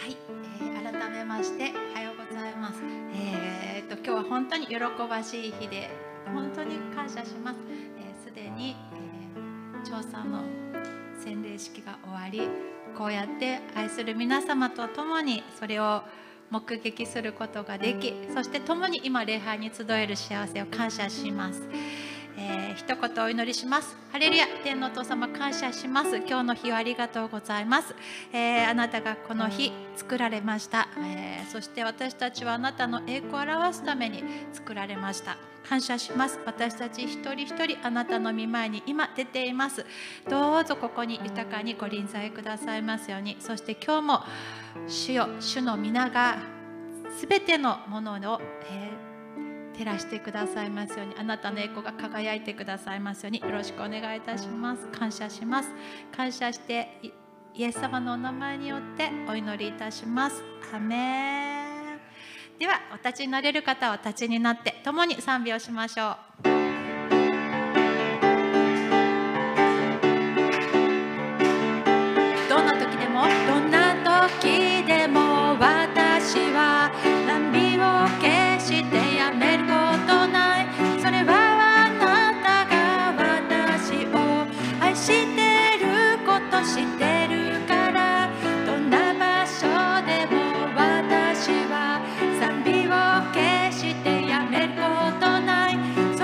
はい、改めましておはようございます。今日は本当に喜ばしい日で本当に感謝します。すでに、調査の洗礼式が終わり、こうやって愛する皆様と共にそれを目撃することができ、そして共に今礼拝に集える幸せを感謝します。一言お祈りします。ハレルヤ、天のお父様感謝します。今日の日をありがとうございます。あなたがこの日作られました。そして私たちはあなたの栄光を表すために作られました。感謝します。私たち一人一人あなたの御前に今出ています。どうぞここに豊かにご臨在くださいますように。そして今日も主よ、主の皆がすべてのものを、照らしてくださいますように、あなたの栄光が輝いてくださいますようによろしくお願いいたします。感謝します。感謝してイエス様のお名前によってお祈りいたします。アメン。ではお立ちになれる方は立ちになって共に賛美をしましょう。どんな時でも私は波を決してやめることない。それはあなたが私を愛してること知ってるから、どんな場所でも私は賛美を決してやめることない。そ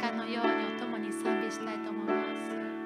かのようにお共に賛美したいと思います。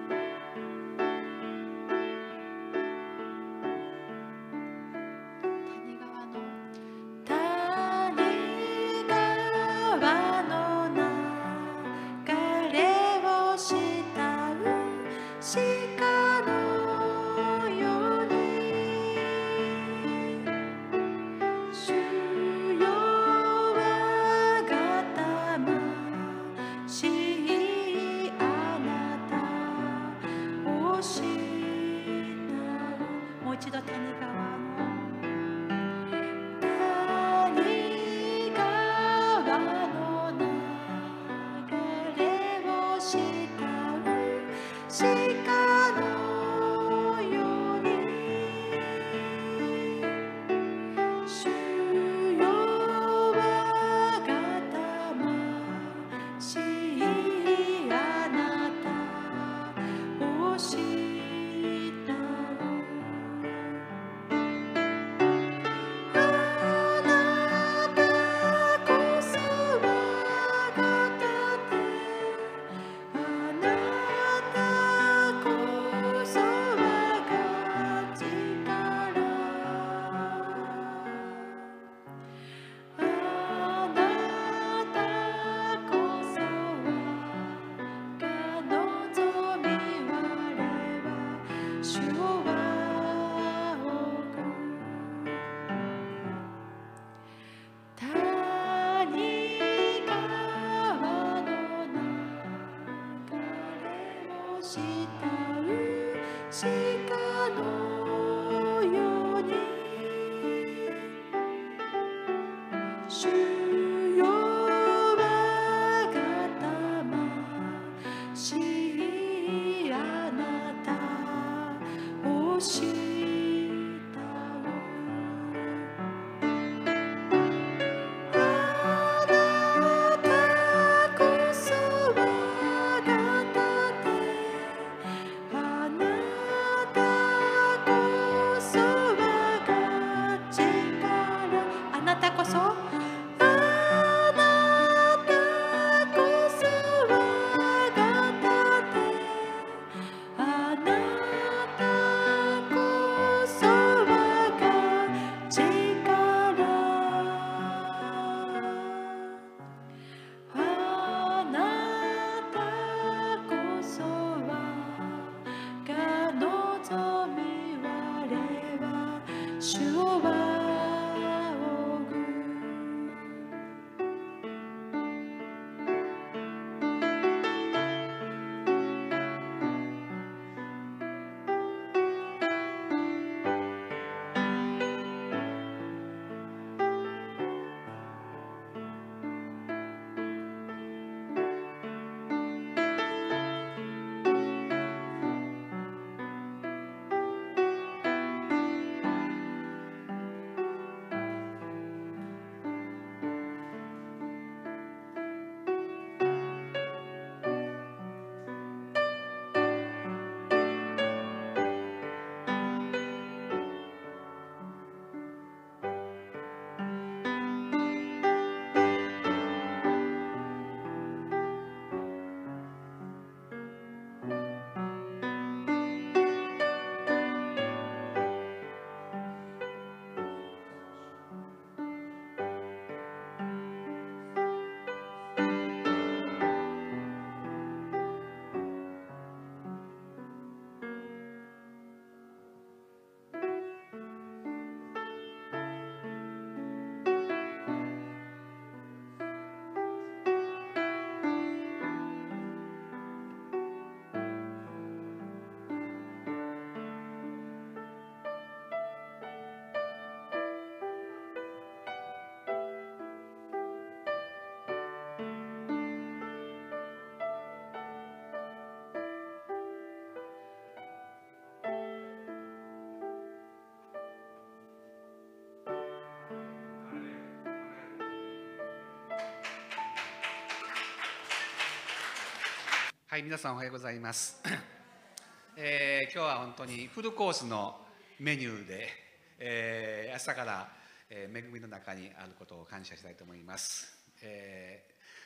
はい、皆さんおはようございます。今日は本当にフルコースのメニューで、朝から、恵みの中にあることを感謝したいと思います。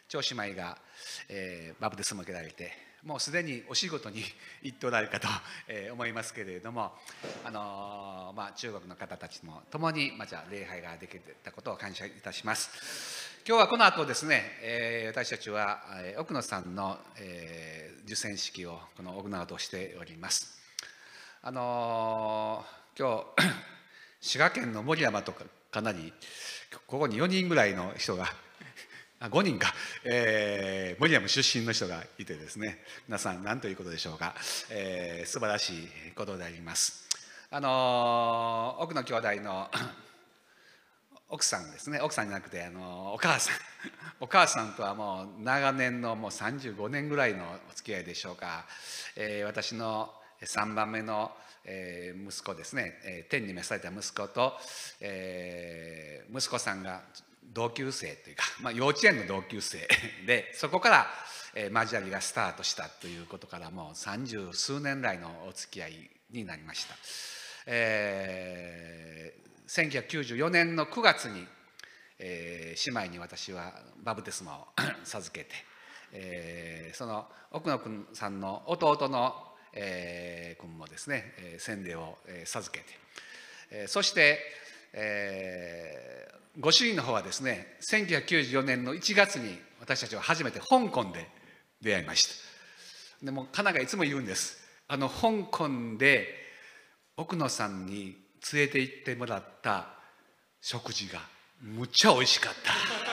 長姉妹が、バプテスマを受けられて、もうすでにお仕事に行っておられるかと思いますけれども、中国の方たちも共にじゃあ礼拝ができたことを感謝いたします。今日はこの後ですね、私たちは奥野さんの受選式を行おうとしております。今日滋賀県の守山とかなりここに4人ぐらいの人が5人か、守山出身の人がいてですね、皆さん何ということでしょうか、素晴らしいことであります。奥野兄弟の奥さんですね、奥さんじゃなくてお母さんとはもう長年のもう35年ぐらいのお付き合いでしょうか。私の3番目の息子ですね、天に召された息子と息子さんが同級生というか、幼稚園の同級生で、そこから交わりがスタートしたということからもう30数年来のお付き合いになりました。1994年の9月に、姉妹に私はバプテスマを授けて、その奥野君さんの弟の、君もですね、洗礼を授けて、そして、ご主人の方はですね、1994年の1月に私たちは初めて香港で出会いました。でも家内がいつも言うんです。香港で奥野さんに連れて行ってもらった食事がむっちゃ美味しかった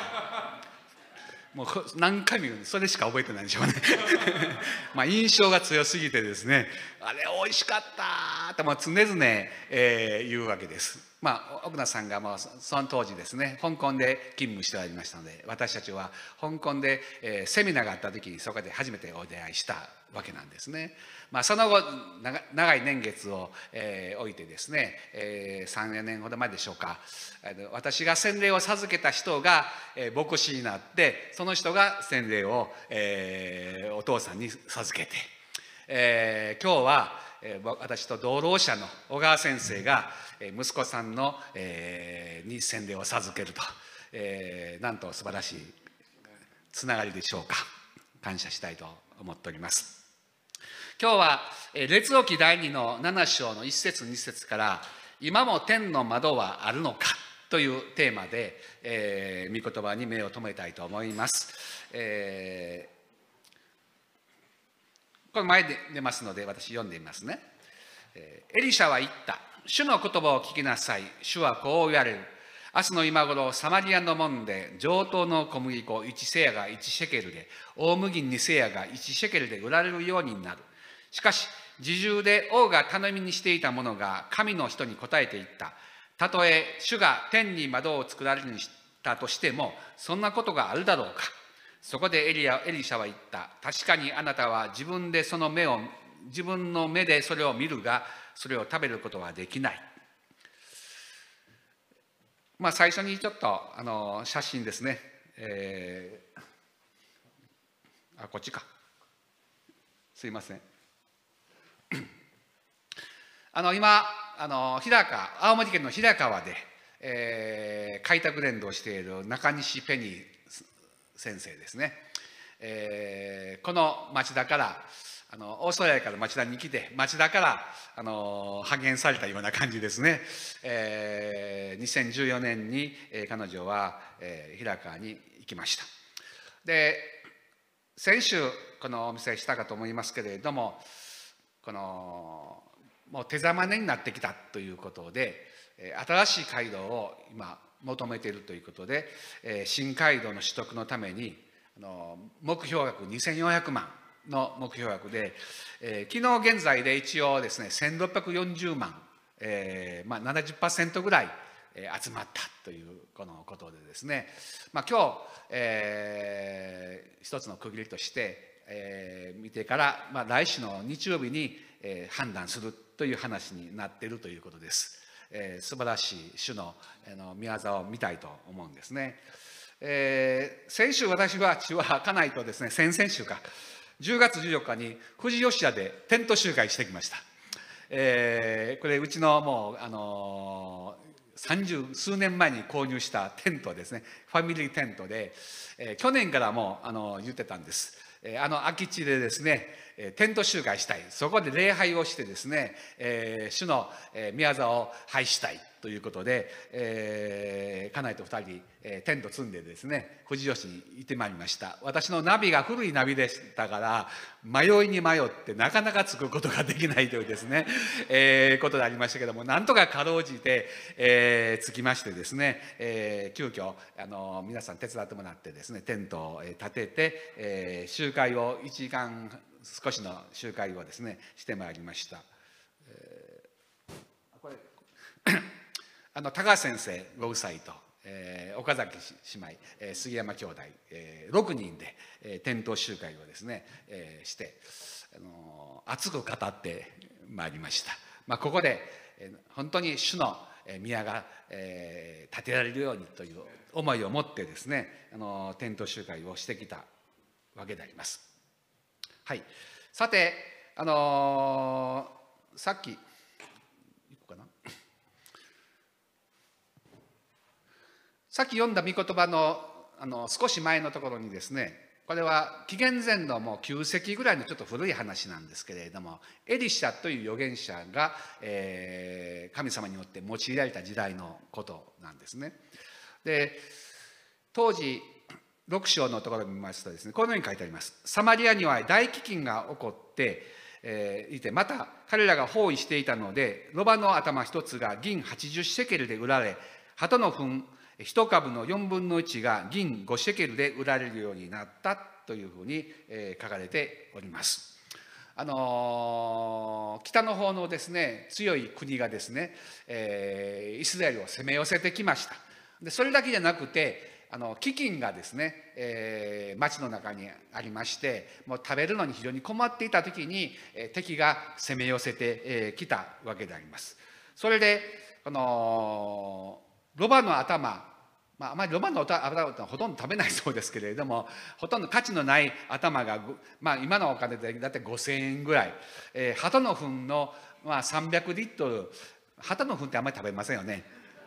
もう何回も言うんです。それしか覚えてないんでしょうね印象が強すぎてですね、あれ美味しかったとも常々、言うわけです。奥野さんがもうその当時ですね、香港で勤務しておりましたので、私たちは香港で、セミナーがあった時にそこで初めてお出会いしたわけなんですね。その後長い年月を、置いてですね、3年ほど前でしょうか、私が洗礼を授けた人が、牧師になって、その人が洗礼を、お父さんに授けて、今日は私と同労者の小川先生が息子さんのに洗礼を授けると、なんと素晴らしいつながりでしょうか。感謝したいと思っております。今日は列王記第2の7章の1節2節から「今も天の窓はあるのか」というテーマで、御言葉に目を留めたいと思います。これ前で出ますので私読んでみますね。エリシャは言った。主の言葉を聞きなさい。主はこう言われる。明日の今頃サマリアの門で上等の小麦粉1セアが1シェケルで、大麦2セアが1シェケルで売られるようになる。しかし侍従で王が頼みにしていた者が神の人に答えていった。たとえ主が天に窓を作られるにしたとしても、そんなことがあるだろうか。そこでエリシャは言った。確かにあなたは自分の目でそれを見るが、それを食べることはできない。最初にちょっと写真ですね。こっちか。すいません。今青森県の平川で、開拓伝道をしている中西ペニー先生ですね。この町田からオーストラリアから町田に来て、町田から派遣されたような感じですね。2014年に彼女は平川に行きました。で、先週このお見せしたかと思いますけれども、もう手ざまねになってきたということで、新しい街道を今求めているということで、新街道の取得のために目標額2400万の目標額で、昨日現在で一応ですね1640万、70% ぐらい集まったというこのことでですね、今日、一つの区切りとして、見てから、来週の日曜日に、判断するという話になっているということです。素晴らしい主の御業を見たいと思うんですね。先週私は家内とですね、先々週か10月14日に富士吉田でテント集会してきました。これうちのもう 30数年前に購入したテントですね、ファミリーテントで、去年からも言ってたんです。空き地でですね、テント集会したい、そこで礼拝をしてですね、主の宮座を拝したいということで、家内と2人、テント積んでですね、富士吉に行ってまいりました。私のナビが古いナビでしたから、迷いに迷ってなかなか着くことができないというですね、ことでありましたけども、なんとかかろうじて、着きましてですね、急遽皆さん手伝ってもらってですね、テントを立てて、集会を1時間少しの集会をですねしてまいりました。これ高橋先生ご夫妻と、岡崎姉妹、杉山兄弟、6人で、点灯集会をですね、して、熱く語ってまいりました。ここで、本当に主の宮が、建てられるようにという思いを持ってですね、点灯集会をしてきたわけであります。はい、さて、さっき読んだ御言葉の、少し前のところにですね、これは紀元前のもう9世紀ぐらいのちょっと古い話なんですけれども、エリシャという預言者が、神様によって用いられた時代のことなんですね。で、当時6章のところを見ますとですね、このように書いてあります。サマリアには大飢饉が起こっていて、また彼らが包囲していたので、ロバの頭一つが銀80シェケルで売られ、鳩の糞一株の4分の1が銀5シェケルで売られるようになったというふうに書かれております。北の方のですね、強い国がですね、イスラエルを攻め寄せてきました。でそれだけじゃなくて、飢饉がですね、町の中にありまして、もう食べるのに非常に困っていた時に、敵が攻め寄せてきたわけであります。それでこのロバの頭、あまりロバの頭はほとんど食べないそうですけれども、ほとんど価値のない頭が、今のお金でだいたい5000円ぐらい、鳩の糞の、300リットル、鳩の糞ってあんまり食べませんよね。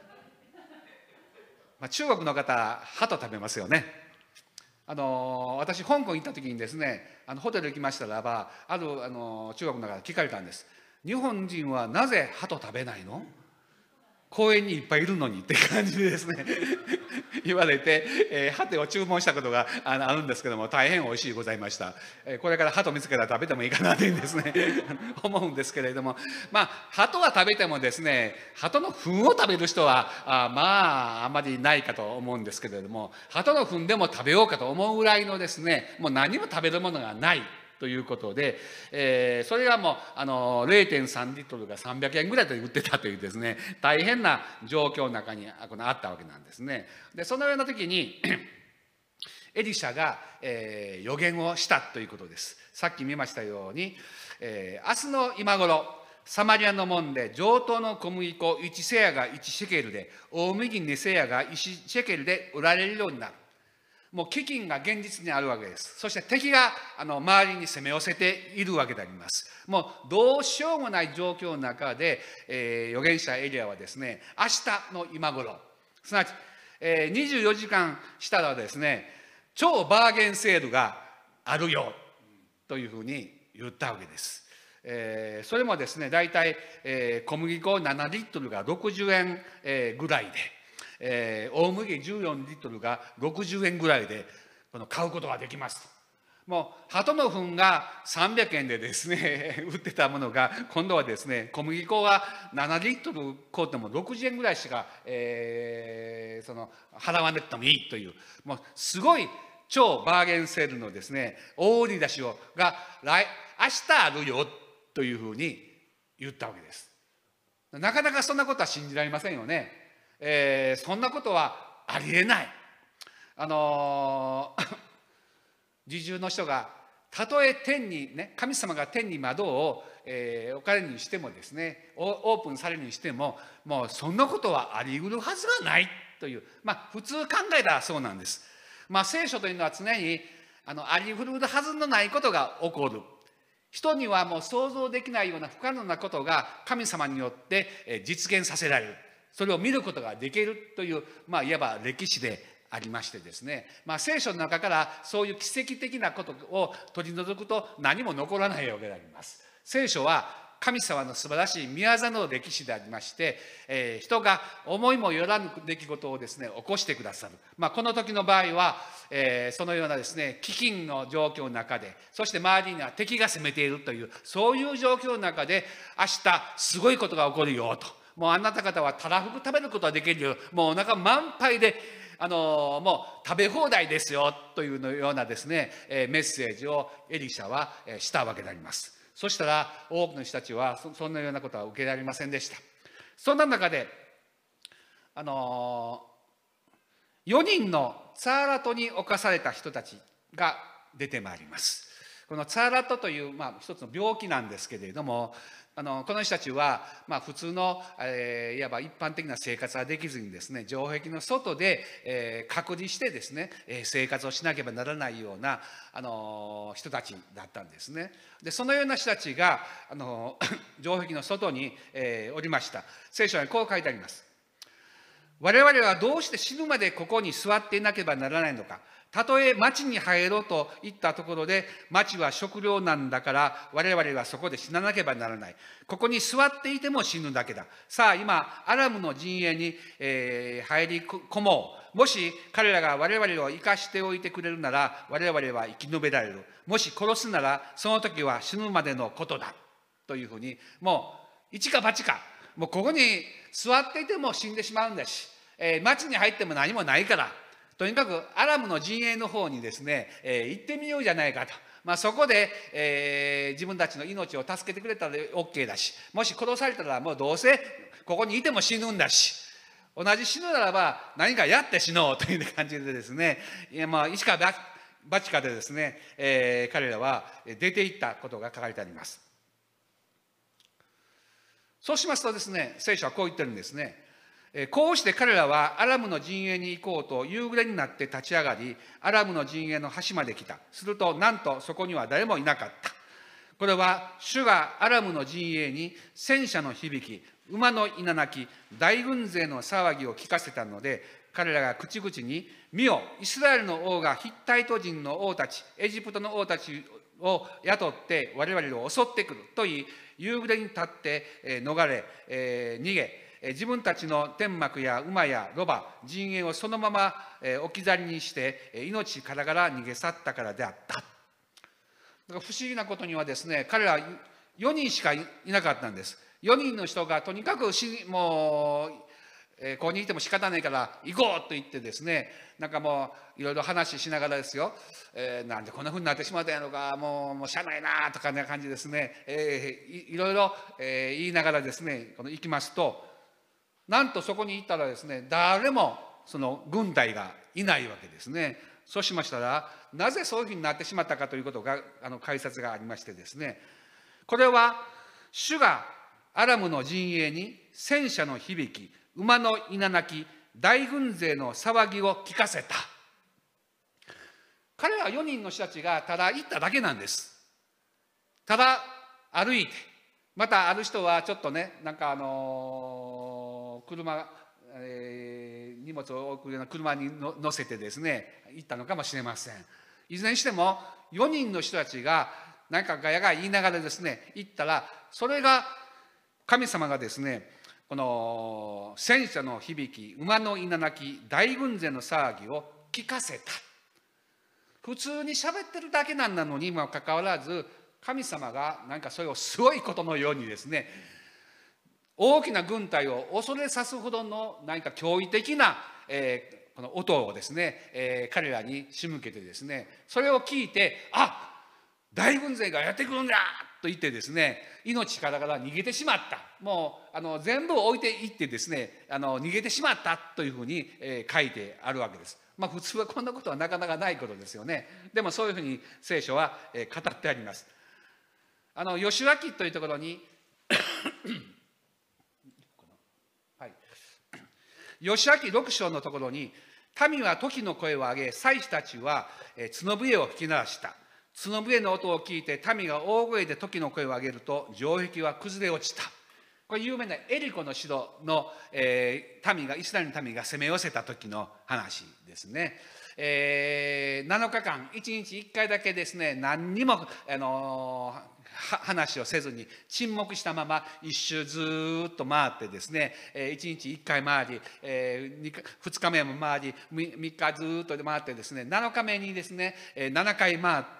中国の方、鳩食べますよね。私、香港行った時にですね、ホテル行きましたらば、ある中国の方聞かれたんです。日本人はなぜ鳩食べないの？公園にいっぱいいるのにって感じでですね言われて、鳩を注文したことがあるんですけども、大変おいしいございました。これから鳩見つけたら食べてもいいかなというんですね思うんですけれども、鳩は食べてもですね、鳩の糞を食べる人はあんまりないかと思うんですけれども、鳩の糞でも食べようかと思うぐらいのですね、もう何も食べるものがないということで、それがもう0.3 リットルが300円ぐらいで売ってたというですね、大変な状況の中にあったわけなんですね。でそのような時にエリシャが、予言をしたということです。さっき見ましたように、明日の今頃サマリアの門で上等の小麦粉1セヤが1シェケルで、大麦2セヤが1シェケルで売られるようになる。もう飢饉が現実にあるわけです。そして敵が周りに攻め寄せているわけであります。もうどうしようもない状況の中で、預言者エリアはですね、明日の今頃、すなわち、24時間したらですね、超バーゲンセールがあるよというふうに言ったわけです。それもですね、大体、小麦粉7リットルが60円、ぐらいで、大麦14リットルが60円ぐらいで買うことができますと。もう鳩の糞が300円でですね売ってたものが、今度はですね、小麦粉は7リットル買うても60円ぐらいしか、払わなくてもいいという、もうすごい超バーゲンセールのですね、大売り出しが明日あるよというふうに言ったわけです。なかなかそんなことは信じられませんよね。そんなことはありえない。侍従の人がたとえ天にね、神様が天に窓を、置かれるにしてもですね、オープンされるにしても、もうそんなことはあり得るはずがないという、普通考えたらそうなんです。聖書というのは常にあり得るはずのないことが起こる。人にはもう想像できないような不可能なことが神様によって実現させられる。 それを見ることができるという、いわば歴史でありましてですね、聖書の中からそういう奇跡的なことを取り除くと何も残らないわけであります。聖書は神様の素晴らしい御業の歴史でありまして、人が思いもよらぬ出来事をですね起こしてくださる、この時の場合は、そのようなですね飢饉の状況の中で、そして周りには敵が攻めているというそういう状況の中で、明日すごいことが起こるよと、もうあなた方はたらふく食べることができるよ、もうお腹満杯でもう食べ放題ですよというようなですねメッセージをエリシャはしたわけであります。そしたら多くの人たちはそんなようなことは受けられませんでした。そんな中で4人のツァーラトに侵された人たちが出てまいります。このツァーラトという、一つの病気なんですけれども、この人たちは、普通の、いわば一般的な生活はできずにですね、城壁の外で、隔離してですね、生活をしなければならないような人たちだったんですね。でそのような人たちが城壁の外に、おりました。聖書にこう書いてあります。我々はどうして死ぬまでここに座っていなければならないのか。たとえ町に入ろうと言ったところで、町は食料なんだから我々はそこで死ななければならない。ここに座っていても死ぬだけだ。さあ今アラムの陣営に、入り込もう。もし彼らが我々を生かしておいてくれるなら我々は生き延びられる。もし殺すならその時は死ぬまでのことだ。というふうに、もう一か八か、もうここに座っていても死んでしまうんだし、町に入っても何もないから、とにかくアラムの陣営の方にですね、行ってみようじゃないかと、そこで、自分たちの命を助けてくれたら OK だし、もし殺されたらもうどうせここにいても死ぬんだし、同じ死ぬならば何かやって死のうという感じでですね、一か八かでですね、彼らは出ていったことが書かれてあります。そうしますとですね、聖書はこう言ってるんですね。こうして彼らはアラムの陣営に行こうと夕暮れになって立ち上がり、アラムの陣営の端まで来た。するとなんとそこには誰もいなかった。これは主がアラムの陣営に戦車の響き、馬のいななき、大軍勢の騒ぎを聞かせたので、彼らが口々に、見よ、イスラエルの王がヒッタイト人の王たち、エジプトの王たちを雇って我々を襲ってくると言い、夕暮れに立って逃れ、逃げ、自分たちの天幕や馬やロバ、陣営をそのまま置き去りにして命からがら逃げ去ったからであった。だから不思議なことにはですね、彼ら4人しかいなかったんです。4人の人がとにかくもうここにいても仕方ないから行こうと言ってですね、なんかもういろいろ話しながらですよ、なんでこんなふうになってしまったんやろか、もうしゃあないなとかな感じですね、いろいろ言いながらですね、行きますと、なんとそこに行ったらですね、誰もその軍隊がいないわけですね。そうしましたら、なぜそういうふうになってしまったかということが解説がありましてですね、これは主がアラムの陣営に戦車の響き、馬のいななき、大軍勢の騒ぎを聞かせた。彼ら4人の人たちがただ行っただけなんです。ただ歩いて、またある人はちょっとね、なんか車、荷物を送るような車に乗せてですね行ったのかもしれません。いずれにしても4人の人たちが何かガヤガヤ言いながらですね行ったら、それが神様がですね、この戦車の響き、馬のいななき、大軍勢の騒ぎを聞かせた。普通に喋ってるだけなんなのにもかかわらず、神様がなんかそれをすごいことのようにですね、大きな軍隊を恐れさすほどの何か驚異的な、この音をですね、彼らに仕向けてですね、それを聞いて、あ、大軍勢がやってくるんだと言ってですね、命からがら逃げてしまった。もう全部置いていってですね、逃げてしまったというふうに、書いてあるわけです。普通はこんなことはなかなかないことですよね。でもそういうふうに聖書は、語ってあります。吉脇というところに吉脇6章のところに、民は時の声を上げ、祭司たちは角笛を吹き鳴らした。角笛の音を聞いて民が大声で時の声を上げると城壁は崩れ落ちた。 これ有名なエリコの城の、民がイスラエルの民が攻め寄せた時の話ですね。7日間1日1回だけですね、何にも、話をせずに沈黙したまま一周ずっと回ってですね、1日1回回り、2日目も回り、3日ずっと回ってですね、7日目にですね7回回って、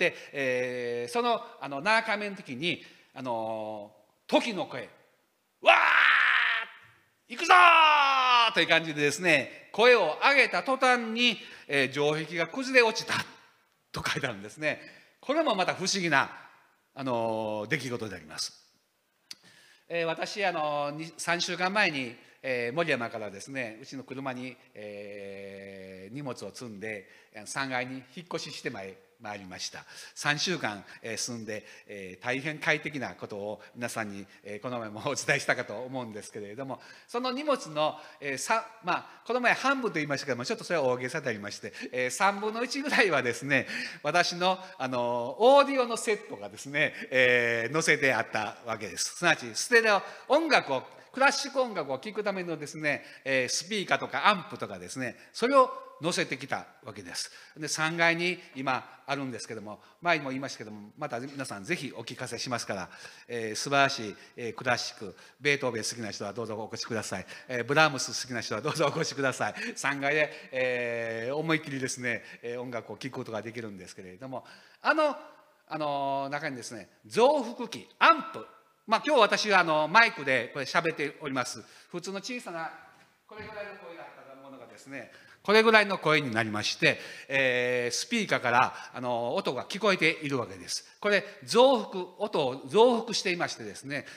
その7日目の時に時の声、わー行くぞーという感じでですね、声を上げた途端に、城壁が崩れ落ちたと書いてあるんですね。これもまた不思議な出来事であります。私3週間前に、森山からですね、うちの車に、荷物を積んで3階に引っ越ししてまいりました。3週間、住んで、大変快適なことを皆さんに、この前もお伝えしたかと思うんですけれども、その荷物の、この前半分と言いましたけども、ちょっとそれは大げさでありまして、3分の1ぐらいはですね、私の、オーディオのセットがですね、載せてあったわけです。すなわちステレオ音楽を、クラシック音楽を聴くためのですね、スピーカーとかアンプとかですね、それを載せてきたわけです。で3階に今あるんですけども、前にも言いましたけども、また皆さんぜひお聞かせしますから、素晴らしい、クラシック、ベートーベン好きな人はどうぞお越しください、ブラームス好きな人はどうぞお越しください。3階で、思いっきりですね、音楽を聴くことができるんですけれども、中にですね、増幅器、アンプ、今日私はマイクでこれ喋っております。普通の小さなこれぐらいの声だったものがですね、これぐらいの声になりまして、スピーカーから音が聞こえているわけです。これ音を増幅していましてですね、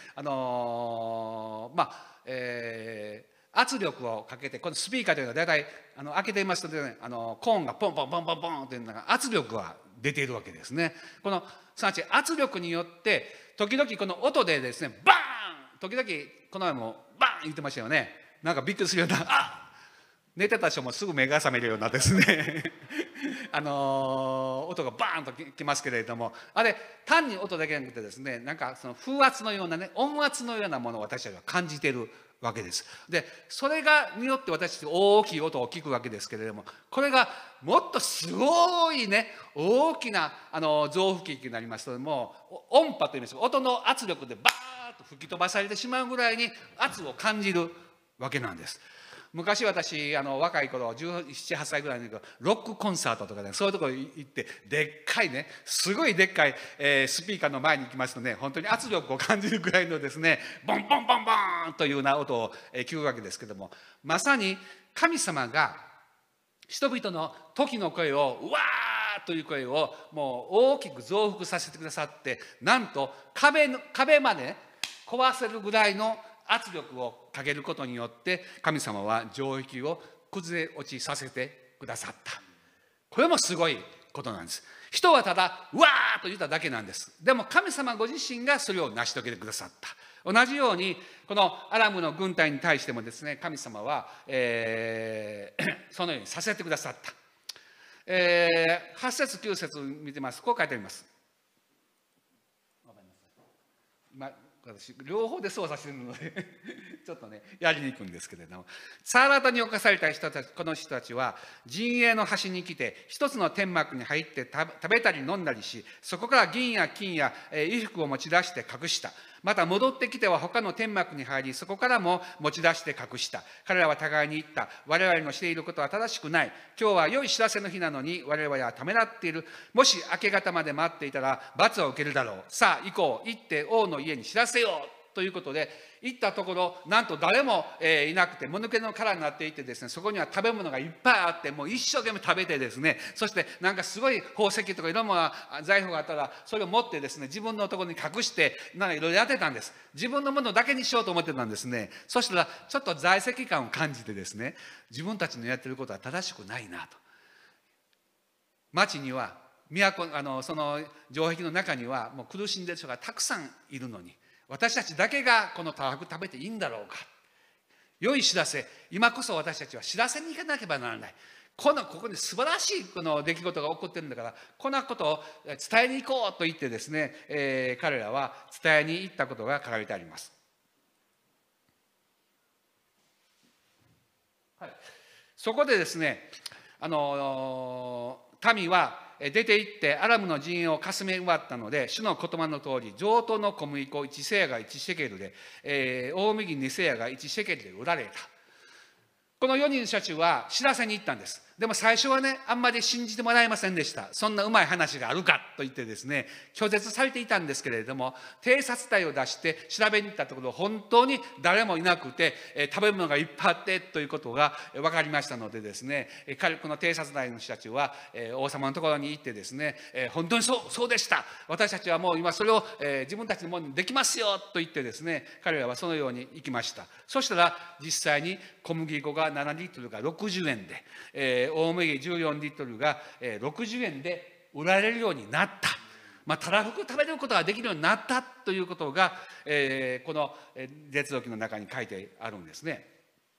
圧力をかけて、このスピーカーというのは大体開けていますとね、コーンがポンポンポンポンポンというのが圧力が出ているわけですね。すなわち圧力によって時々この音でですね、バーン、時々この前もバーン言ってましたよね。なんかびっくりするような、寝てた人もすぐ目が覚めるようなですね音がバーンときますけれども、あれ単に音だけじゃなくてですね、なんかその風圧のようなね、音圧のようなものを私たちは感じているわけです。でそれによって私たち大きい音を聞くわけですけれども、これがもっとすごいね、大きな増幅器になりますと、もう音波といいますか、音の圧力でバーッと吹き飛ばされてしまうぐらいに圧を感じるわけなんです。昔私若い頃17、18歳ぐらいの時ロックコンサートとかね、そういうところに行ってでっかいね、すごいでっかい、スピーカーの前に行きますとね、本当に圧力を感じるぐらいのですね、ボンボンボンボンというような音を聞くわけですけども、まさに神様が人々の時の声をうわーという声をもう大きく増幅させてくださって、なんと壁まで壊せるぐらいの圧力をかけることによって神様は城壁を崩れ落ちさせてくださった。これもすごいことなんです。人はただうわーと言っただけなんです。でも神様ご自身がそれを成し遂げてくださった。同じようにこのアラムの軍隊に対してもですね、神様は、そのようにさせてくださった。8節9節見てます。こう書いてあります。私両方で操作しているのでちょっとねやりにくいんですけれども、サーラタに侵された人たち、この人たちは陣営の端に来て一つの天幕に入って食べたり飲んだりし、そこから銀や金や衣服を持ち出して隠した。また戻ってきては他の天幕に入り、そこからも持ち出して隠した。彼らは互いに言った。我々のしていることは正しくない。今日は良い知らせの日なのに我々はためらっている。もし明け方まで待っていたら罰を受けるだろう。さあ行こう。行って王の家に知らせよう。ということで行ったところ、なんと誰もいなくて、もぬけの殻になっていてですね、そこには食べ物がいっぱいあって、もう一生懸命食べてですね、そしてなんかすごい宝石とかいろんな財宝があったらそれを持ってですね、自分のところに隠してなんかいろいろやってたんです。自分のものだけにしようと思ってたんですね。そしたらちょっと在籍感を感じてですね、自分たちのやってることは正しくないなと。町にはその城壁の中にはもう苦しんでいる人がたくさんいるのに、私たちだけがこのたらふく食べていいんだろうか。良い知らせ、今こそ私たちは知らせに行かなければならない。ここに素晴らしいこの出来事が起こってるんだから、こんなことを伝えに行こうと言ってですね、彼らは伝えに行ったことが書かれてあります。 そこでですね、民は出て行ってアラムの陣営をかすめ奪ったので、主の言葉の通り、上等の小麦粉1セアが1シェケルで、大麦2セアが1シェケルで売られた。この4人の社長は知らせに行ったんです。でも最初はね、あんまり信じてもらえませんでした。そんなうまい話があるかと言ってですね、拒絶されていたんですけれども、偵察隊を出して調べに行ったところ、本当に誰もいなくて、食べ物がいっぱいあってということが分かりましたのでですね、この偵察隊の人たちは、王様のところに行ってですね、本当にそうでした。私たちはもう今それを、自分たちのものにできますよと言ってですね、彼らはそのように行きました。そしたら実際に小麦粉が7リットルが60円で、大麦14リットルが60円で売られるようになった。たらふく食べることができるようになったということが、この列王記の中に書いてあるんですね。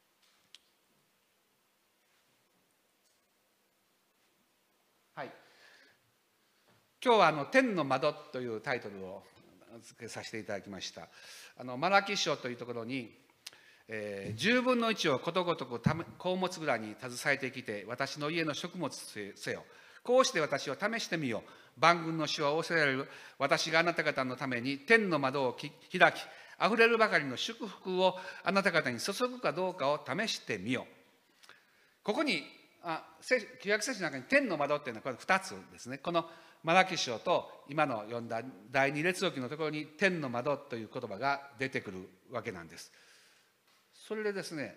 はい、今日は天の窓というタイトルを付けさせていただきました。マラキ書というところに、10分の1をことごとく穀物蔵に携えてきて、私の家の食物せよ。こうして私を試してみよう。万軍の主は仰せられる。私があなた方のために天の窓を開き、あふれるばかりの祝福をあなた方に注ぐかどうかを試してみよう。ここに、旧約聖書の中に天の窓っていうのはこれ2つですね。このマラキ書と今の読んだ第二列王記のところに天の窓という言葉が出てくるわけなんです。それでですね、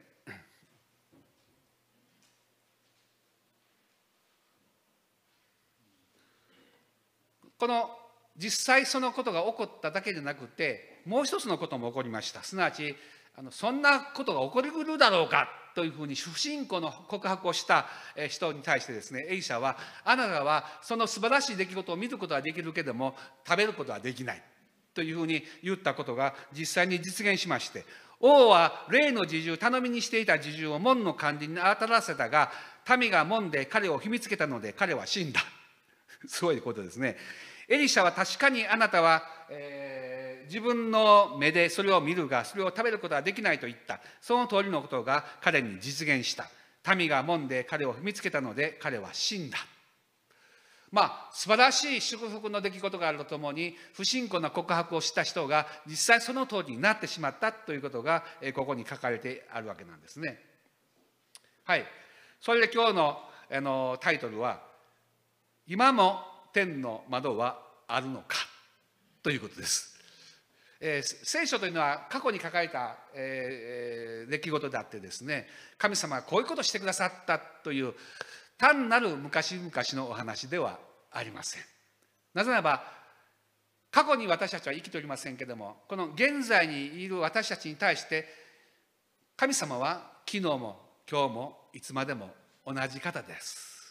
この実際そのことが起こっただけでなくて、もう一つのことも起こりました。すなわちそんなことが起こりうるだろうかというふうに不信仰の告白をした人に対してですね、エリシャは、あなたはその素晴らしい出来事を見ることはできるけれども食べることはできないというふうに言ったことが実際に実現しまして、王は例の侍従、頼みにしていた侍従を門の管理に当たらせたが、民が門で彼を踏みつけたので彼は死んだ。すごいことですね。エリシャは確かにあなたは、自分の目でそれを見るが、それを食べることはできないと言った。その通りのことが彼に実現した。民が門で彼を踏みつけたので彼は死んだ。素晴らしい祝福の出来事があるとともに、不信仰な告白をした人が実際その通りになってしまったということがここに書かれてあるわけなんですね。はい。それで今日のタイトルは、今も天の窓はあるのかということです。聖書というのは過去に書かれた、出来事であってですね、神様はこういうことをしてくださったという単なる昔々のお話ではありません。なぜならば、過去に私たちは生きておりませんけれども、この現在にいる私たちに対して、神様は昨日も今日もいつまでも同じ方です。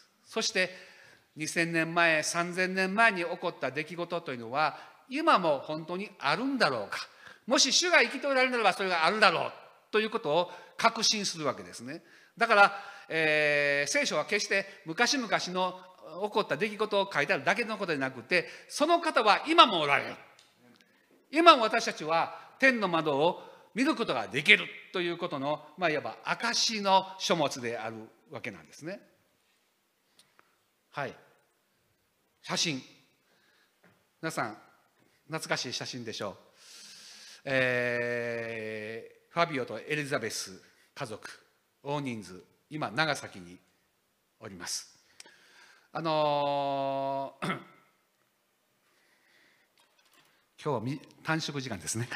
そして2000年前、3000年前に起こった出来事というのは、今も本当にあるんだろうか。もし主が生きておられるならばそれがあるだろうということを確信するわけですね。だから、聖書は決して昔々の起こった出来事を書いてあるだけのことでなくて、その方は今もおられる。今も私たちは天の窓を見ることができるということの、いわば証の書物であるわけなんですね。はい。写真。皆さん、懐かしい写真でしょう。ファビオとエリザベス家族、大人数、今長崎におります。今日は短縮時間ですね。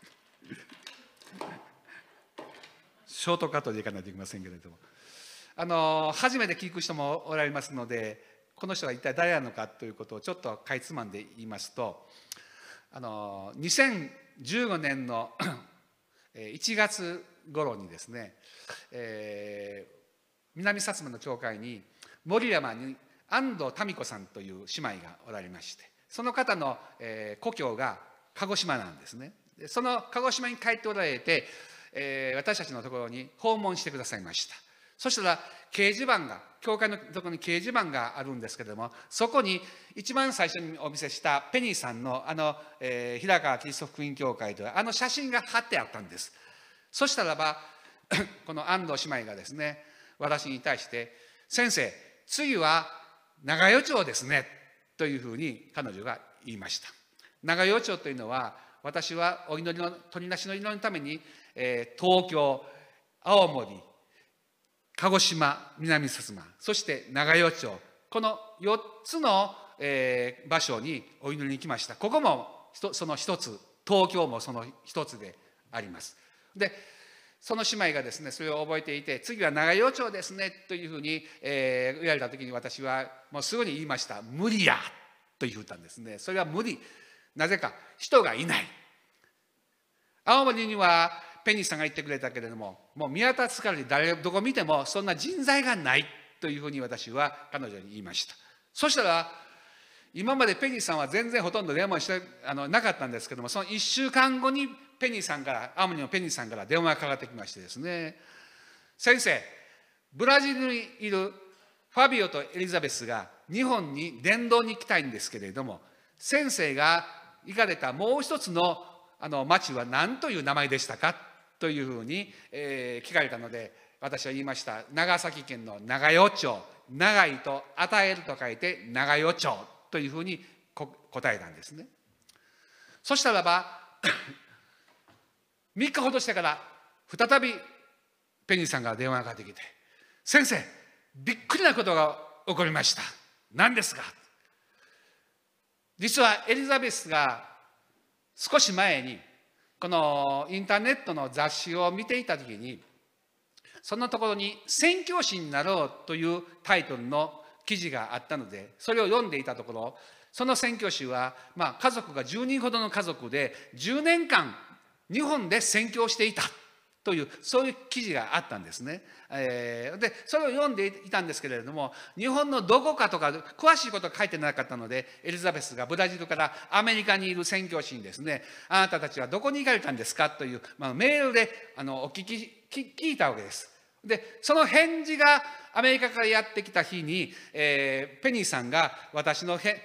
ショートカットでいかないといけませんけれども、初めて聞く人もおられますので、この人が一体誰なのかということをちょっとかいつまんで言いますと、2015年の1月頃にですね、南薩摩の教会に森山に安藤民子さんという姉妹がおられまして、その方の故郷が鹿児島なんですね。その鹿児島に帰っておられて、私たちのところに訪問してくださいました。そしたら掲示板が、教会のところに掲示板があるんですけれども、そこに一番最初にお見せしたペニーさんの平川キリスト福音教会という写真が貼ってあったんです。そしたらばこの安藤姉妹がですね、 私に対して「先生、次は長与町ですね」というふうに彼女が言いました。長与町というのは、私はお祈りの取りなしの祈りのために、東京、青森、鹿児島、南薩摩、そして長与町、この4つの、場所にお祈りに来ました。ここもその一つ、東京もその一つであります。で、その姉妹がですね、それを覚えていて、次は長与町ですねというふうに、言われた時に、私はもうすぐに言いました。無理やと言ったんですね。それは無理。なぜか人がいない。青森にはペニーさんが言ってくれたけれども、もう見渡す限りどこ見てもそんな人材がないというふうに私は彼女に言いました。そしたら、今までペニーさんは全然ほとんど電話してなかったんですけども、その1週間後にペニーさんから、青森のペニーさんから電話がかかってきましてですね、先生、ブラジルにいるファビオとエリザベスが日本に伝道に行きたいんですけれども、先生が行かれたもう一つの町は何という名前でしたかというふうに、聞かれたので、私は言いました。長崎県の長与町、長いと与えると書いて長与町というふうに答えたんですね。そしたらば3日ほどしてから再びペニーさんから電話がかかってきて、先生、びっくりなことが起こりました。何ですか。実はエリザベスが少し前にこのインターネットの雑誌を見ていたときに、そのところに宣教師になろうというタイトルの記事があったので、それを読んでいたところ、その宣教師は、家族が10人ほどの家族で10年間日本で宣教していたという、そういう記事があったんですね。でそれを読んでいたんですけれども、日本のどこかとか詳しいことが書いてなかったので、エリザベスがブラジルからアメリカにいる宣教師にですね、あなたたちはどこに行かれたんですかという、メールで聞いたわけです。でその返事がアメリカからやってきた日に、ペニーさんが私のメ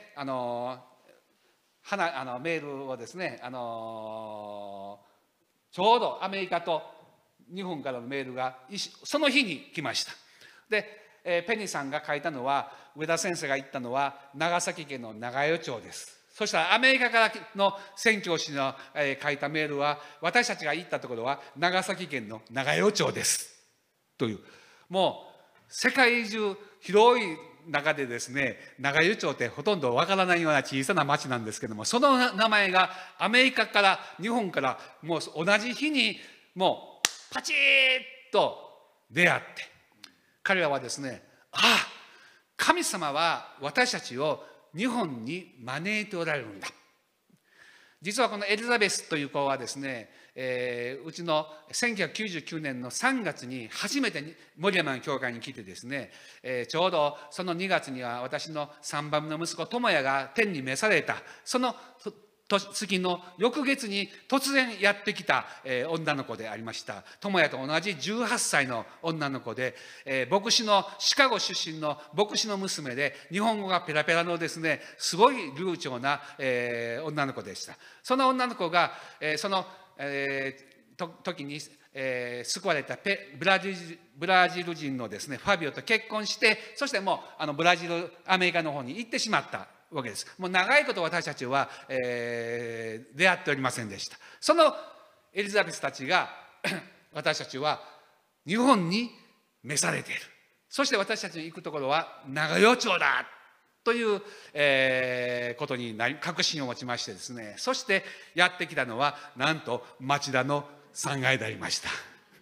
ールをですね、ちょうどアメリカと日本からのメールがその日に来ました。で、ペニーさんが書いたのは、上田先生が言ったのは長崎県の長与町です。そしたらアメリカからの宣教師の書いたメールは、私たちが行ったところは長崎県の長与町ですという、もう世界中広い中でですね、長与町ってほとんどわからないような小さな町なんですけども、その名前がアメリカから日本からもう同じ日にもうパチッと出会って、彼らはですね、神様は私たちを日本に招いておられるんだ。実はこのエリザベスという子はですね、うちの1999年の3月に初めて森山の教会に来てですね、ちょうどその2月には私の3番目の息子智也が天に召された、その月の翌月に突然やってきた女の子でありました。智也と同じ18歳の女の子で、牧師のシカゴ出身の牧師の娘で、日本語がペラペラのですね、すごい流暢な女の子でした。その女の子がその時に救われたブラジル人のですねファビオと結婚して、そしてもうブラジルアメリカの方に行ってしまったわけです。もう長いこと私たちは、出会っておりませんでした。そのエリザベスたちが私たちは日本に召されている。そして私たちの行くところは長与町だという、ことになり確信を持ちましてですね、そしてやってきたのはなんと町田の3階でありました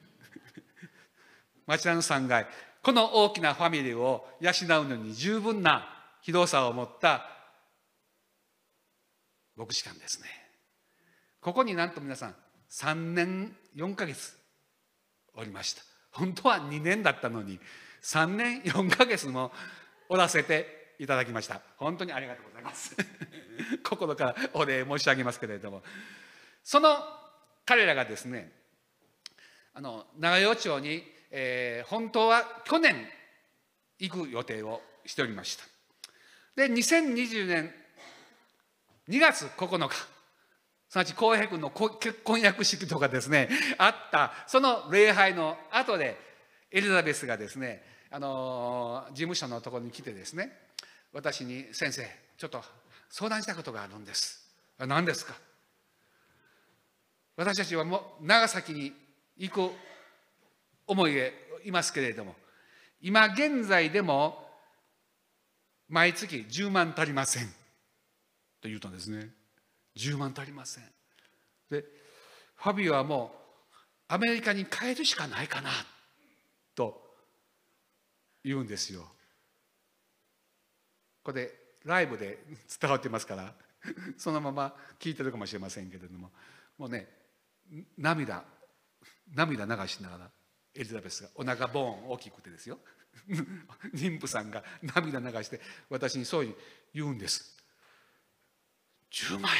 町田の3階、この大きなファミリーを養うのに十分な広さを持った牧師館ですね。ここになんと皆さん3年4ヶ月おりました。本当は2年だったのに3年4ヶ月もおらせていただきました。本当にありがとうございます心からお礼申し上げますけれども、その彼らがですね、長与町に、本当は去年行く予定をしておりました。で2020年2月9日、すなわち浩平君の結婚約式とかですねあったその礼拝の後で、 エリザベスがですね、事務所のところに来てですね、私に「先生、ちょっと相談したことがあるんです」。何ですか？私たちはもう長崎に行く思いでいますけれども、今現在でも毎月10万足りませんと言うとですね、10万足りません。でファビオはもうアメリカに帰るしかないかなと言うんですよ。これライブで伝わってますからそのまま聞いてるかもしれませんけれども、もうね、涙流しながらエリザベスが、お腹ボーン大きくてですよ妊婦さんが涙流して私にそう言うんです。10万円。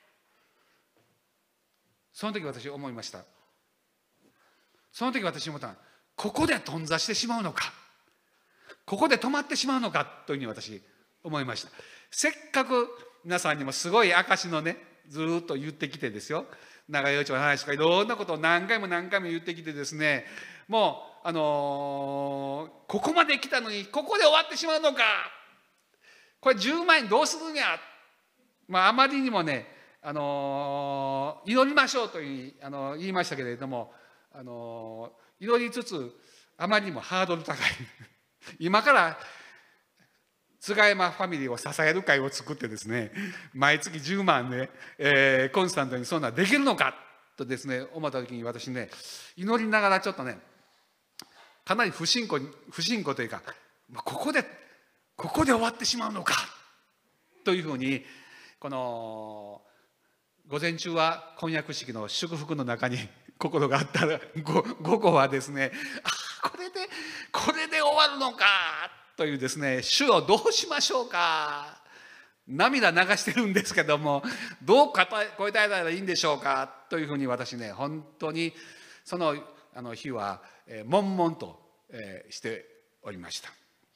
その時私思いました。その時私思ったのは、ここで頓挫してしまうのか、ここで止まってしまうのかというふうに私思いました。せっかく皆さんにもすごい証のね、ずっと言ってきてですよ、長与町の話とかいろんなことを何回も言ってきてですね、もうここまで来たのにここで終わってしまうのか、これ10万円どうするんや、あまりにもね、祈りましょうと言いましたけれども、祈りつつあまりにもハードル高い今から菅山ファミリーを支える会を作ってですね、毎月10万ね、コンスタントにそんなできるのかとですね思った時に、私ね、祈りながらちょっとね、かなり不信仰というか、ここで終わってしまうのかというふうに、この午前中は婚約式の祝福の中に心があったら、午後はですね、これで終わるのかというですね、主をどうしましょうか、涙流してるんですけども、どう答えたらいいんでしょうかというふうに、私ね、本当にその日は悶々としておりました。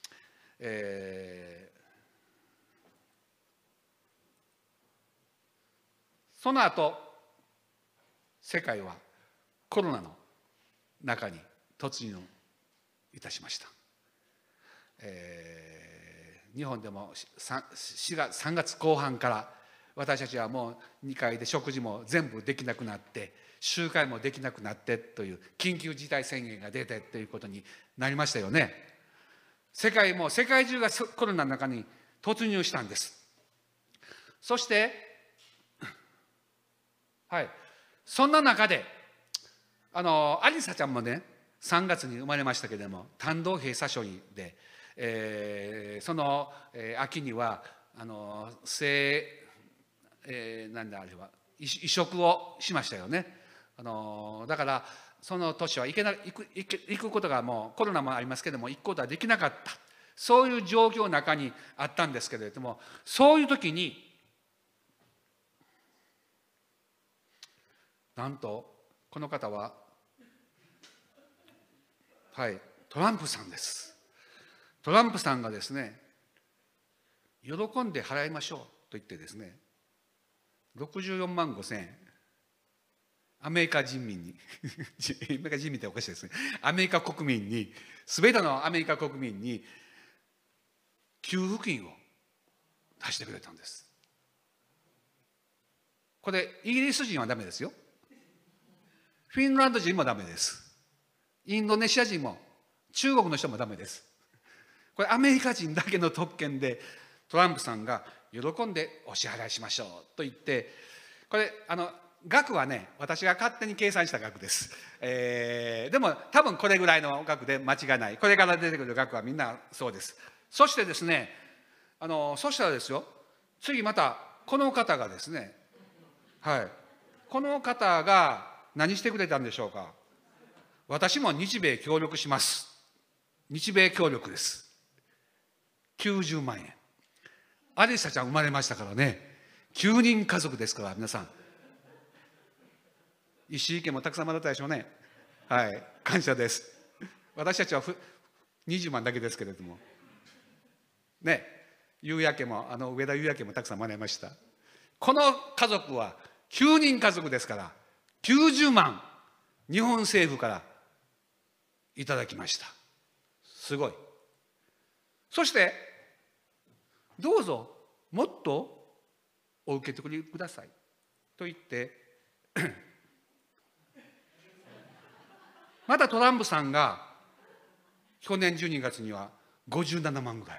その後世界はコロナの中に突入いたしました。日本でも3月後半から私たちはもう2階で食事も全部できなくなって、集会もできなくなってという緊急事態宣言が出てということになりましたよね。世界中がコロナの中に突入したんです。そしてそんな中でアリサちゃんもね、3月に生まれましたけれども、胆道閉鎖処理で、その秋には移植をしましたよね。だからその年は行くことが、もうコロナもありますけれども行くことはできなかった、そういう状況の中にあったんですけれども、そういう時になんとこの方はトランプさんです。トランプさんがですね、喜んで払いましょうと言ってですね、64万5千円アメリカ人民にアメリカ人民っておかしいですね、アメリカ国民に、全てのアメリカ国民に給付金を出してくれたんです。これイギリス人はダメですよ、フィンランド人もダメです、インドネシア人も中国の人もダメです。これアメリカ人だけの特権で、トランプさんが喜んでお支払いしましょうと言って、これ額はね、私が勝手に計算した額です。でも多分これぐらいの額で間違いない。これから出てくる額はみんなそうです。そしてですね、そしたらですよ、次またこの方がですね、この方が何してくれたんでしょうか。私も日米協力します。日米協力です。90万円。アリサちゃん生まれましたからね、9人家族ですから、皆さん石井家もたくさんもらったでしょうね。感謝です。私たちは20万だけですけれどもね、夕焼けも上田夕焼けもたくさんもらいました。この家族は9人家族ですから、90万日本政府からいただきました。すごい。そしてどうぞもっとお受け取りくださいと言ってまたトランプさんが去年12月には57万ぐらい。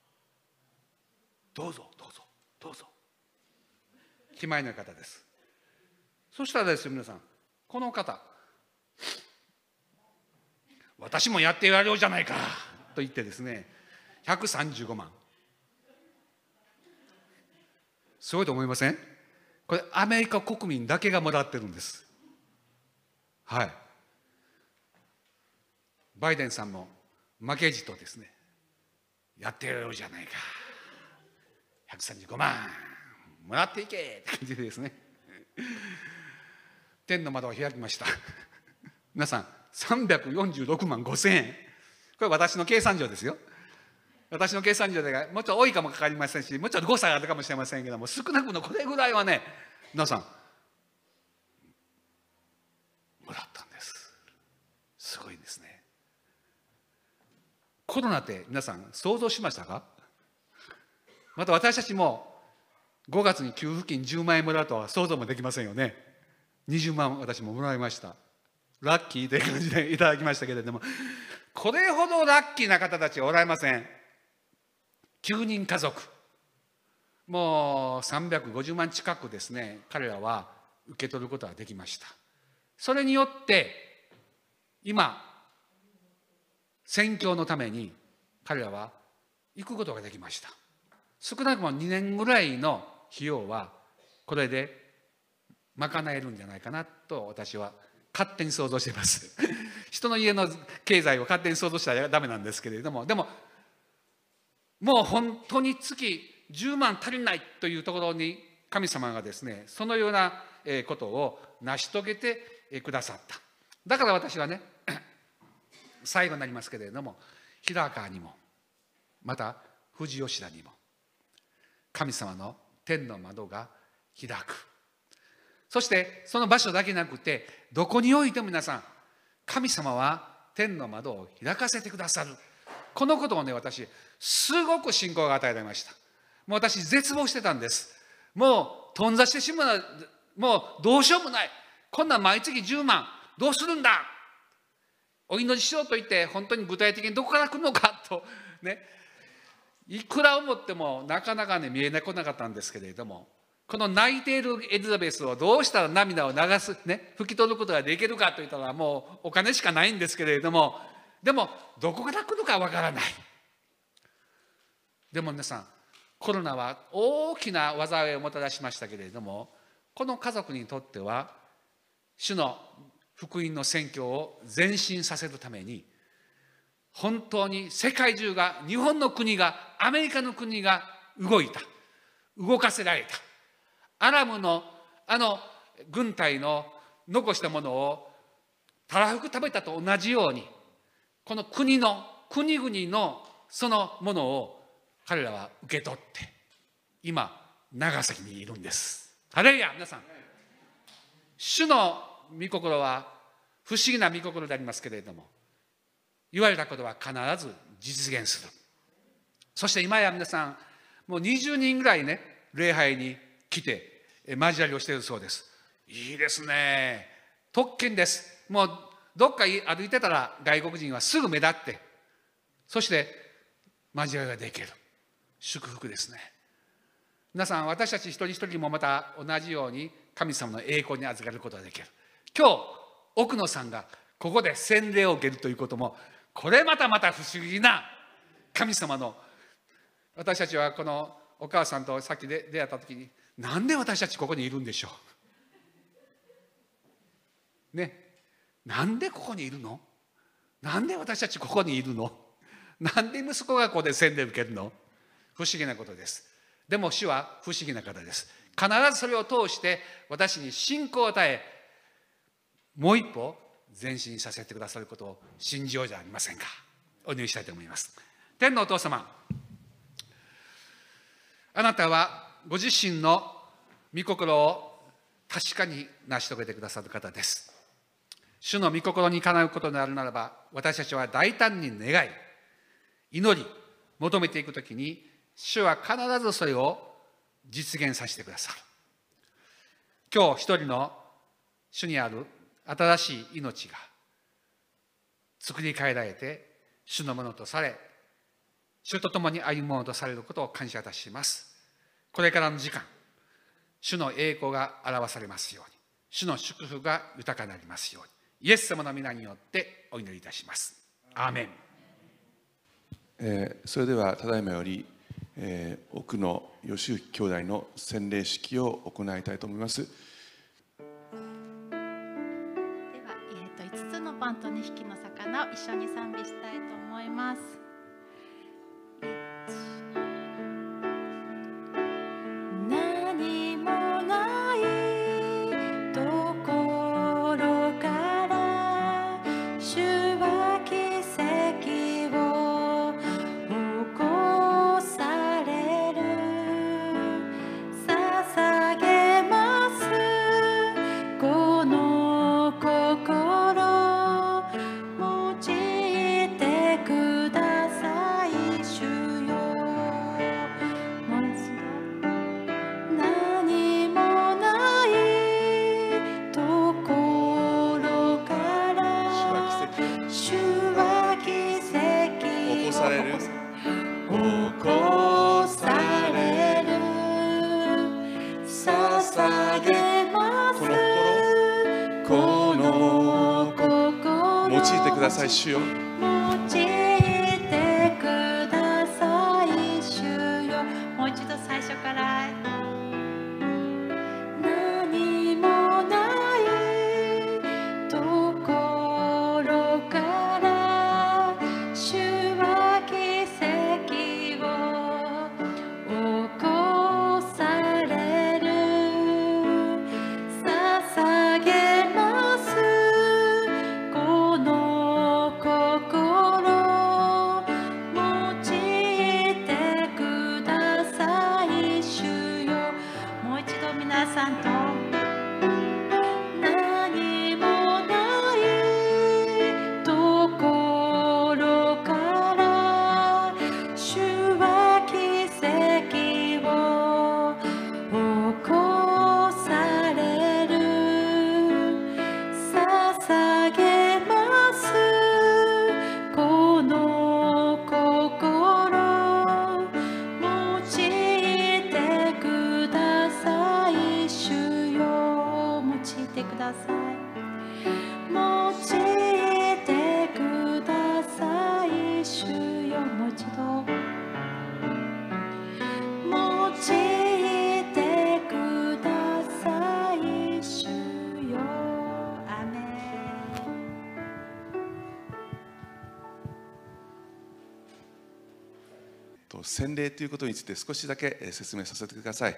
どうぞどうぞどうぞ。気前の方です。そしたらですよ、皆さん、この方、私もやってやろうじゃないかと言ってですね、135万。すごいと思いません？これアメリカ国民だけがもらってるんです。はい。バイデンさんも負けじとですね、やってやろうじゃないか、135万もらっていけって感じでですね、天の窓を開きました。皆さん、346万5千円。これ私の計算上ですよ。私の計算上でもうちょっと多いかもかかりませんし、もうちょっと誤差があるかもしれませんけども、少なくともこれぐらいはね、皆さんもらったんです。すごいですね。コロナって皆さん想像しましたか？また私たちも5月に給付金10万円もらうとは想像もできませんよね。20万私ももらいました。ラッキーという感じでいただきましたけれども、これほどラッキーな方たちはおられません。9人家族、もう350万近くですね、彼らは受け取ることができました。それによって今宣教のために彼らは行くことができました。少なくとも2年ぐらいの費用はこれで賄えるんじゃないかなと私は勝手に想像しています。人の家の経済を勝手に想像したらダメなんですけれども、でももう本当に月10万足りないというところに神様がですね、そのようなことを成し遂げてくださった。だから私はね、最後になりますけれども、平川にもまた富士吉田にも神様の天の窓が開く。そしてその場所だけなくて、どこにおいても皆さん、神様は天の窓を開かせてくださる。このことをね、私すごく信仰が与えられました。もう私絶望してたんです。もう頓挫してしまう、もうどうしようもない、こんな毎月10万どうするんだ、お祈りしようと言って本当に具体的にどこから来るのかとね、いくら思ってもなかなかね見えてこなかったんですけれども、この泣いているエリザベスをどうしたら涙を流すね、拭き取ることができるかといったらもうお金しかないんですけれども、でもどこから来るかわからない。でも皆さん、コロナは大きな災いをもたらしましたけれども、この家族にとっては主の福音の宣教を前進させるために、本当に世界中が、日本の国が、アメリカの国が動いた、動かせられた。アラムの軍隊の残したものをたらふく食べたと同じように、この国々のそのものを彼らは受け取って今長崎にいるんです。ハレルヤ。皆さん、主の御心は不思議な御心でありますけれども、言われたことは必ず実現する。そして今や皆さん、もう20人ぐらいね、礼拝に来て交わりをしているそうです。いいですね。特権です。もうどっか歩いてたら外国人はすぐ目立って、そして交わりができる。祝福ですね。皆さん、私たち一人一人もまた同じように神様の栄光に預かることができる。今日奥野さんがここで洗礼を受けるということも、これまた不思議な神様の、私たちはこのお母さんとさっき出会った時に、なんで私たちここにいるんでしょうね。なんでここにいるの？なんで私たちここにいるの？なんで息子がここで洗礼を受けるの？不思議なことです。でも主は不思議な方です。必ずそれを通して私に信仰を与え、もう一歩前進させてくださることを信じようじゃありませんか。お祈りしたいと思います。天のお父様、あなたはご自身の御心を確かに成し遂げてくださる方です。 主の御心にかなうことになるならば、私たちは大胆に願い、祈り、求めていくときに、主は必ずそれを実現させてくださる。今日一人の主にある新しい命が作り変えられて、主のものとされ、主と共に歩むものとされることを感謝いたします。これからの時間、主の栄光が表されますように、主の祝福が豊かになりますように、イエス様の皆によってお祈りいたします。アーメン。それではただいまより、奥野義行兄弟の洗礼式を行いたいと思います。 では、5つのパンと2匹の魚を一緒に賛美したいと思います。何もないところから主は奇跡を起こされる。捧げますこの心、用いてください主よ。もう一度。何もないところから主は奇跡を起こされる起こされる。捧げますこの心、 用いてください主よ。 用いてください主よ。もう一度最初から。何もないところから主は奇跡を起こされる。捧げますこの心、用いてください主よ。もう一度皆さんと。何もないところから主は奇跡を起こされる。捧げますこの心、用いてください主よ。用いてください。用いてください主よ。もう一度。用いてください主よ。アーメン。 洗礼ということについて少しだけ説明させてください。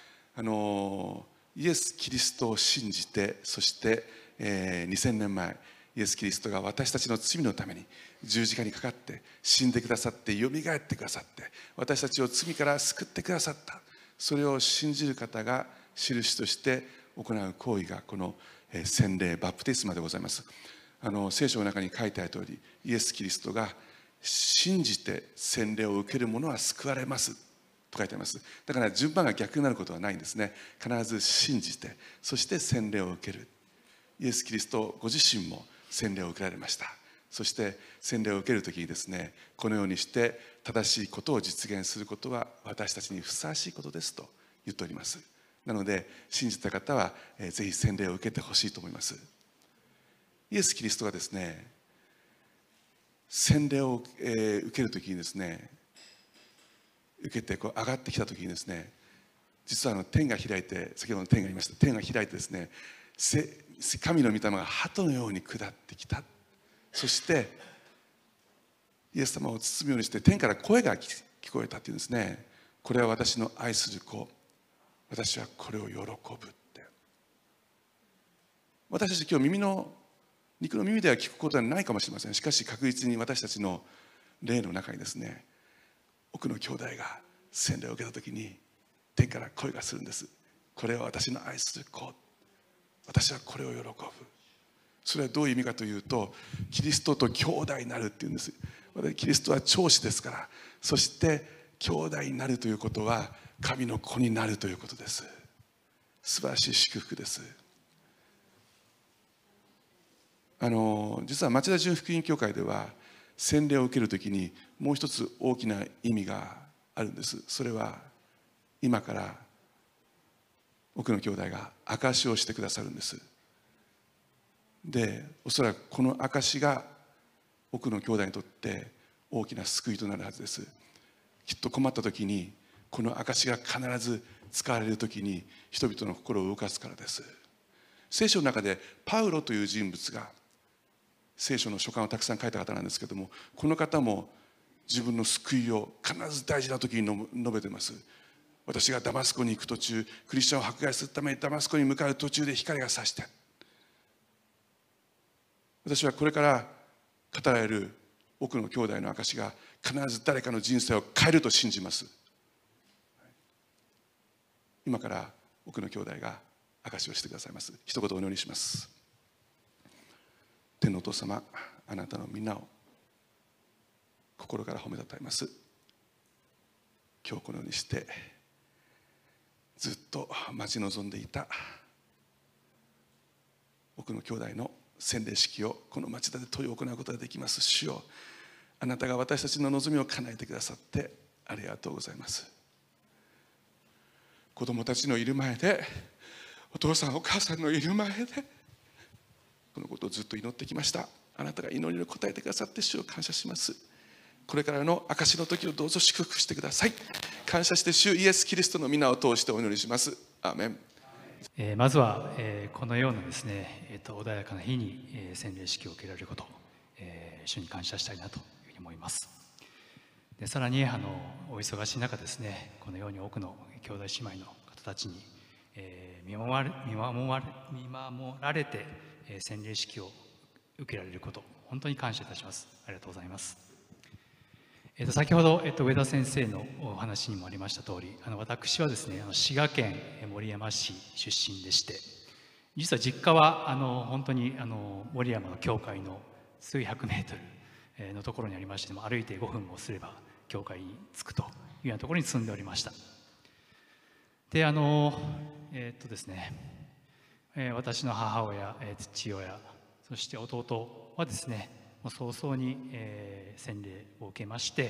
イエス・キリストを信じて、そして、2000年前イエス・キリストが私たちの罪のために十字架にかかって死んでくださって、よみがえってくださって、私たちを罪から救ってくださった。それを信じる方が印として行う行為がこの洗礼、バプテスマでございます。聖書の中に書いてある通り、イエス・キリストが信じて洗礼を受ける者は救われますと書いてあります。だから順番が逆になることはないんですね。必ず信じて、そして洗礼を受ける。イエス・キリストご自身も洗礼を受けられました。そして洗礼を受けるときにですね、このようにして正しいことを実現することは私たちにふさわしいことですと言っております。なので信じた方はぜひ洗礼を受けてほしいと思います。イエス・キリストがですね、洗礼を受けるときにですね、受けてこう上がってきたときにですね、実は天が開いて、先ほどの天が言いました、天が開いてですね、神の御霊が鳩のように下ってきた。そしてイエス様を包むようにして天から声が聞こえたっていうんですね。これは私の愛する子、私はこれを喜ぶって。私たち今日肉の耳では聞くことはないかもしれません。しかし確実に私たちの霊の中にですね、奥の兄弟が洗礼を受けたときに天から声がするんです。これは私の愛する子、私はこれを喜ぶ。 それはどういう意味かというと、キリストと兄弟になるっていうんです。キリストは長子ですから。そして兄弟になるということは神の子になるということです。素晴らしい祝福です。実は町田純福音教会では洗礼を受けるときにもう一つ大きな意味があるんです。それは今から奥の兄弟が証しをしてくださるんです。で、おそらくこの証が奥の兄弟にとって大きな救いとなるはずです。きっと困った時にこの証が必ず使われる時に人々の心を動かすからです。聖書の中でパウロという人物が聖書の書簡をたくさん書いた方なんですけども、この方も自分の救いを必ず大事な時に述べています。私がダマスコに行く途中、クリスチャンを迫害するためにダマスコに向かう途中で光が差して、私はこれから語られる奥の兄弟の証が必ず誰かの人生を変えると信じます。今から奥の兄弟が証をしてくださいます。一言お祈りします。天のお父様、あなたのみんなを心から褒めたたえます。今日このようにしてずっと待ち望んでいた奥の兄弟の洗礼式をこの町田で執り行うことができます。主よ、あなたが私たちの望みを叶えてくださってありがとうございます。子供たちのいる前で、お父さんお母さんのいる前でこのことをずっと祈ってきました。あなたが祈りを答えてくださって主を感謝します。これからの証の時をどうぞ祝福してください。感謝して主イエス・キリストの皆を通してお祈りします。アーメン。 まずはこのようなですね、穏やかな日に洗礼式を受けられること、主に感謝したいなというふうに思います。でさらにお忙しい中ですね、このように多くの兄弟姉妹の方たちに見守られて洗礼式を受けられること、本当に感謝いたします。ありがとうございます。先ほど、上田先生のお話にもありました通り、私はですね、滋賀県守山市出身でして、実は実家は本当に守山の教会の数百メートルのところにありまして、歩いて5分もすれば教会に着くというようなところに住んでおりました。でですね、私の母親、父親、そして弟はですね、早々に洗礼を受けまして、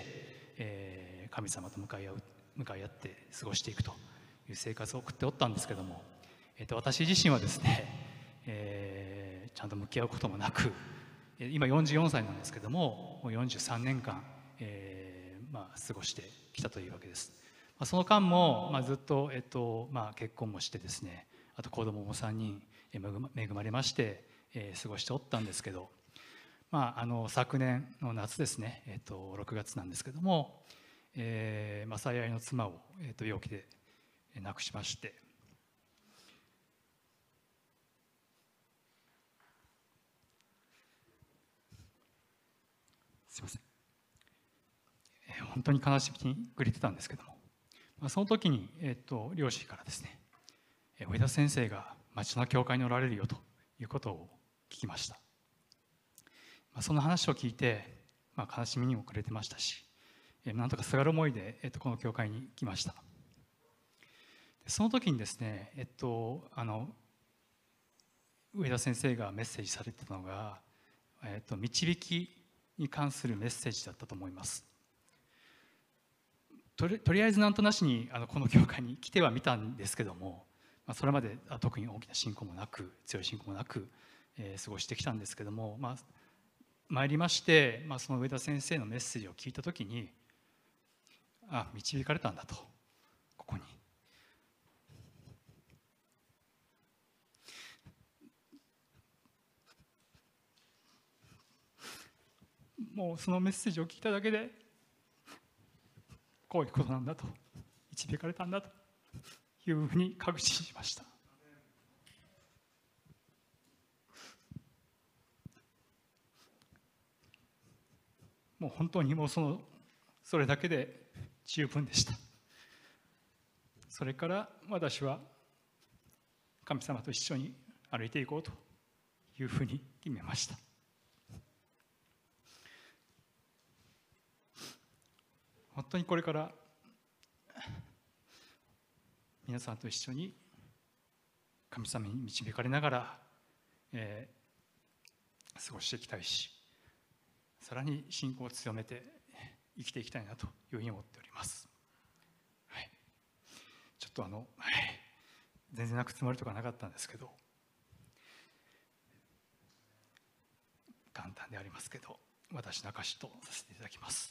神様と向かい合って過ごしていくという生活を送っておったんですけども、私自身はですね、ちゃんと向き合うこともなく、今44歳なんですけども、もう43年間、過ごしてきたというわけです。その間も、ずっと、結婚もしてですね、あと子供も3人恵まれまして、過ごしておったんですけど、昨年の夏ですね、6月なんですけども、最愛の妻を、病気で亡くしまして、すいません、本当に悲しみに暮れてたんですけども、その時に、両親からですね、上田先生が町の教会におられるよということを聞きました。その話を聞いて、悲しみにも暮れてましたし、なんとかすがる思いで、この教会に来ました。その時にですね、上田先生がメッセージされてたのが、導きに関するメッセージだったと思います。とりあえずなんとなしにこの教会に来てはみたんですけども、それまで特に大きな信仰もなく、強い信仰もなく、過ごしてきたんですけども、参りまして、その上田先生のメッセージを聞いたときに、導かれたんだと、ここに。もうそのメッセージを聞いただけで、こういうことなんだと、導かれたんだというふうに確信しました。もう本当にそれだけで十分でした。それから私は神様と一緒に歩いていこうといいうふうに決めました。本当にこれから皆さんと一緒に神様に導かれながら、過ごしていきたいし、さらに信仰を強めて生きていきたいなというふうに思っております。はい、ちょっと全然なくつもりとかなかったんですけど、簡単でありますけど、私の証しとさせていただきます。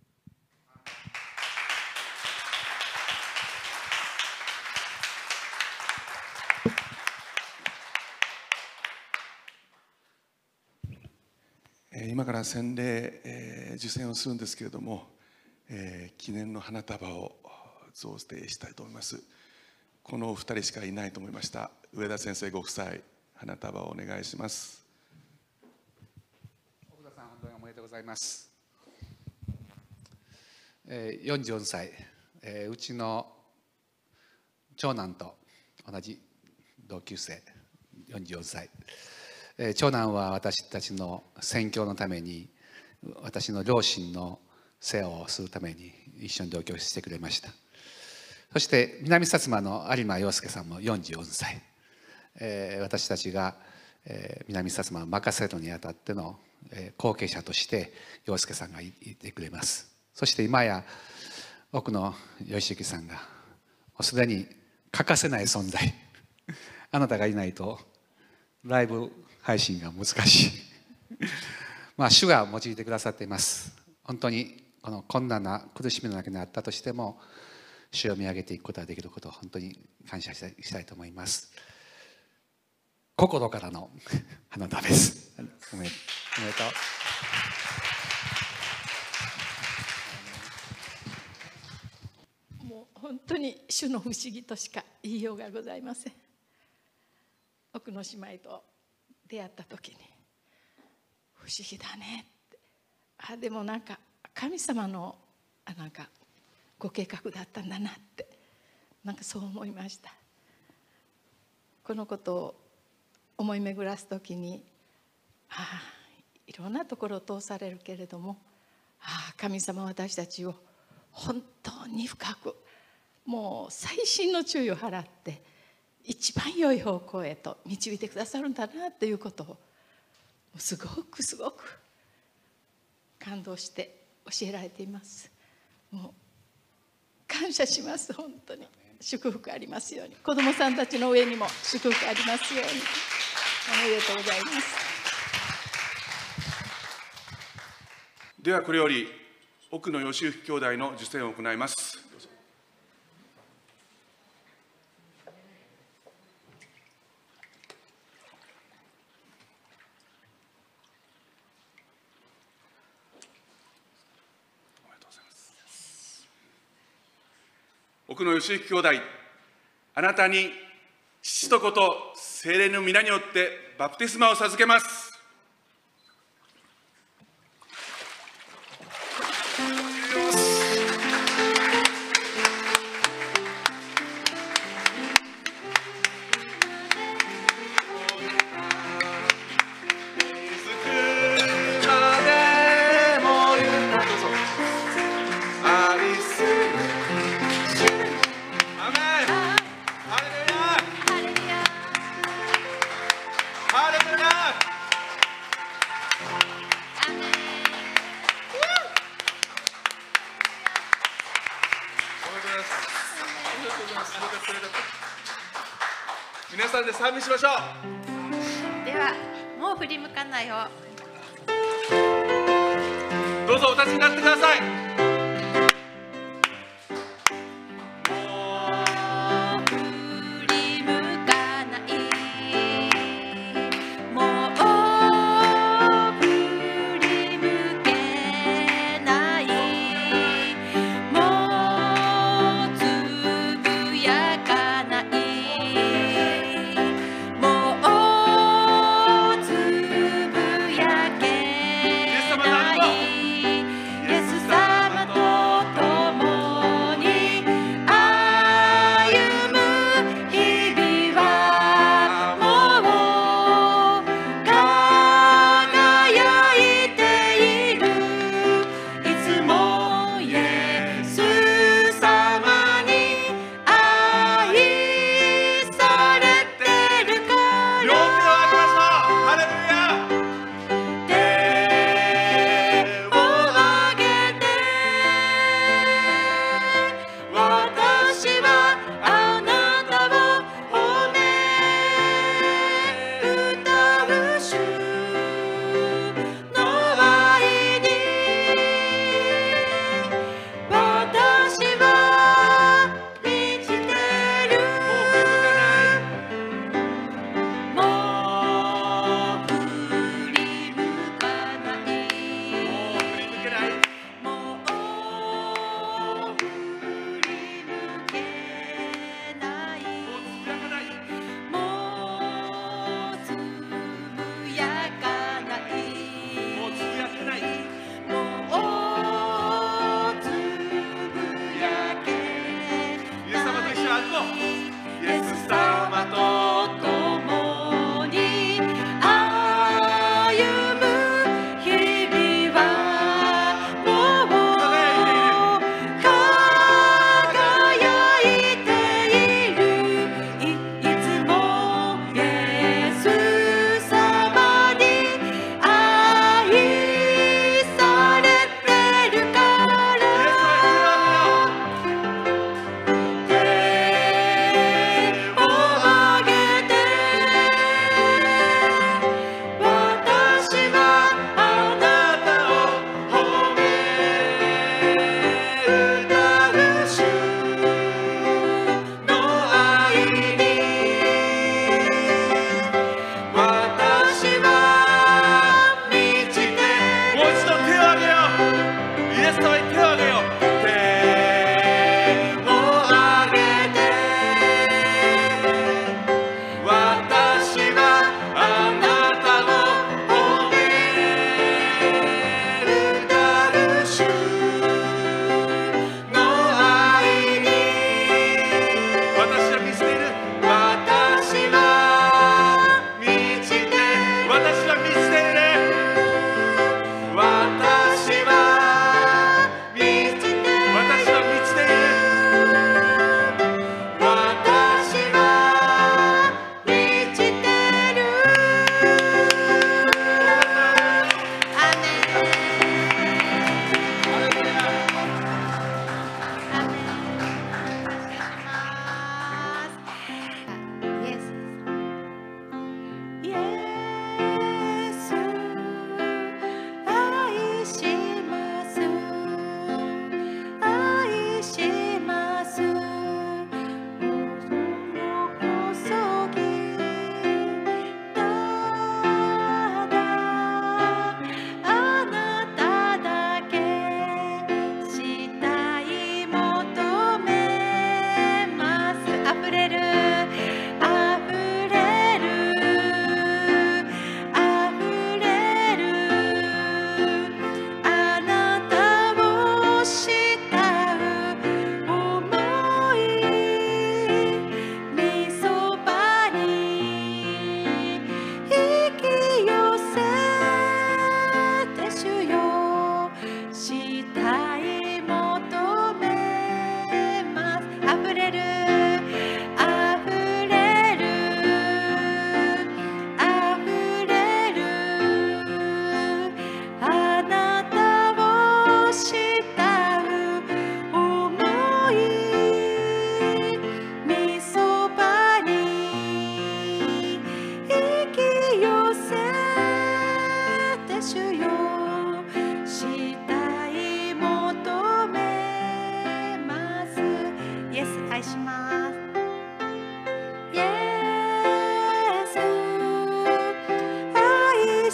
今から洗礼、受洗をするんですけれども、記念の花束を贈呈したいと思います。このお二人しかいないと思いました。上田先生ご夫妻、花束をお願いします。 奥田さん、本当におめでとうございます。44歳、うちの長男と同じ同級生、44歳。長男は私たちの宣教のために、私の両親の世話をするために一緒に同居してくれました。そして南薩摩の有馬洋介さんも44歳、私たちが南薩摩を任せるにあたっての後継者として洋介さんがいてくれます。そして今や奥野義行さんがもうすでに欠かせない存在あなたがいないとライブ配信が難しい主が用いてくださっています。本当にこの困難な苦しみの中にあったとしても、主を見上げていくことができることを本当に感謝したいと思います。心からの花束です。おめでとう。もう本当に主の不思議としか言いようがございません。奥野姉妹と出会った時に不思議だねって、でもなんか神様のなんかご計画だったんだなって、なんかそう思いました。このことを思い巡らす時に、いろんなところを通されるけれども、神様は私たちを本当に深く、もう細心の注意を払って一番良い方向へと導いてくださるんだなということをすごく感動して教えられています。もう感謝します。本当に祝福ありますように、子どもさんたちの上にも祝福ありますように。おめでとうございます。 ではこれより奥野義行兄弟の受洗を行います。奥野義行兄弟、あなたに父と子と聖霊の皆によってバプテスマを授けます。皆さんで賛美しましょう。 ではもう振り向かないをどうぞお立ちになってください。 イエス様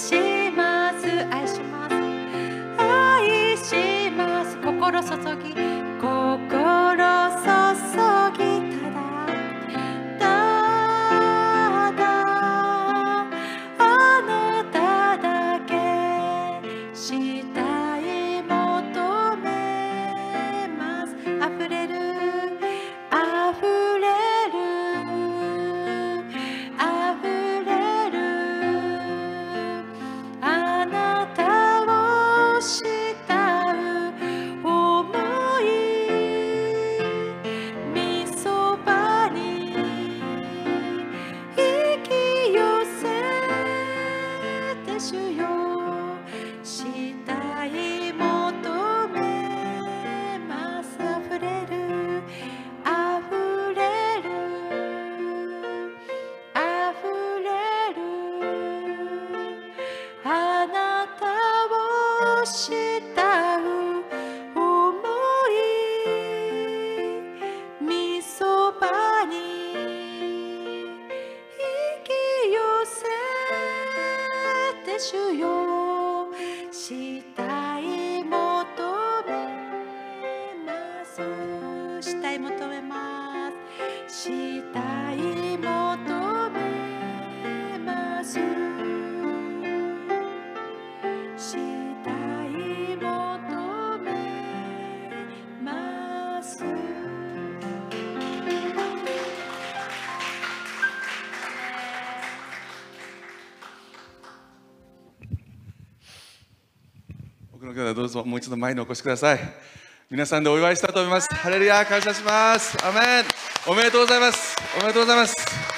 します、愛します、愛します。心注ぎ、心注ぎ、ただあなただけしたい求めます。あふれるあふれるあふれる、あなたを慕う想い、みそばに引き寄せて主よ、したい求めます。あふれるあふれるあふれる、あなたを慕う想い、みそばに引き寄せて主よ、したい求めます。したい求めます。したい求めます。したい求めます。 僕の兄弟どうぞもう一度前にお越しください。皆さんでお祝いしたいと思います。ハレルヤ、感謝します。アメン。おめでとうございます。おめでとうございます。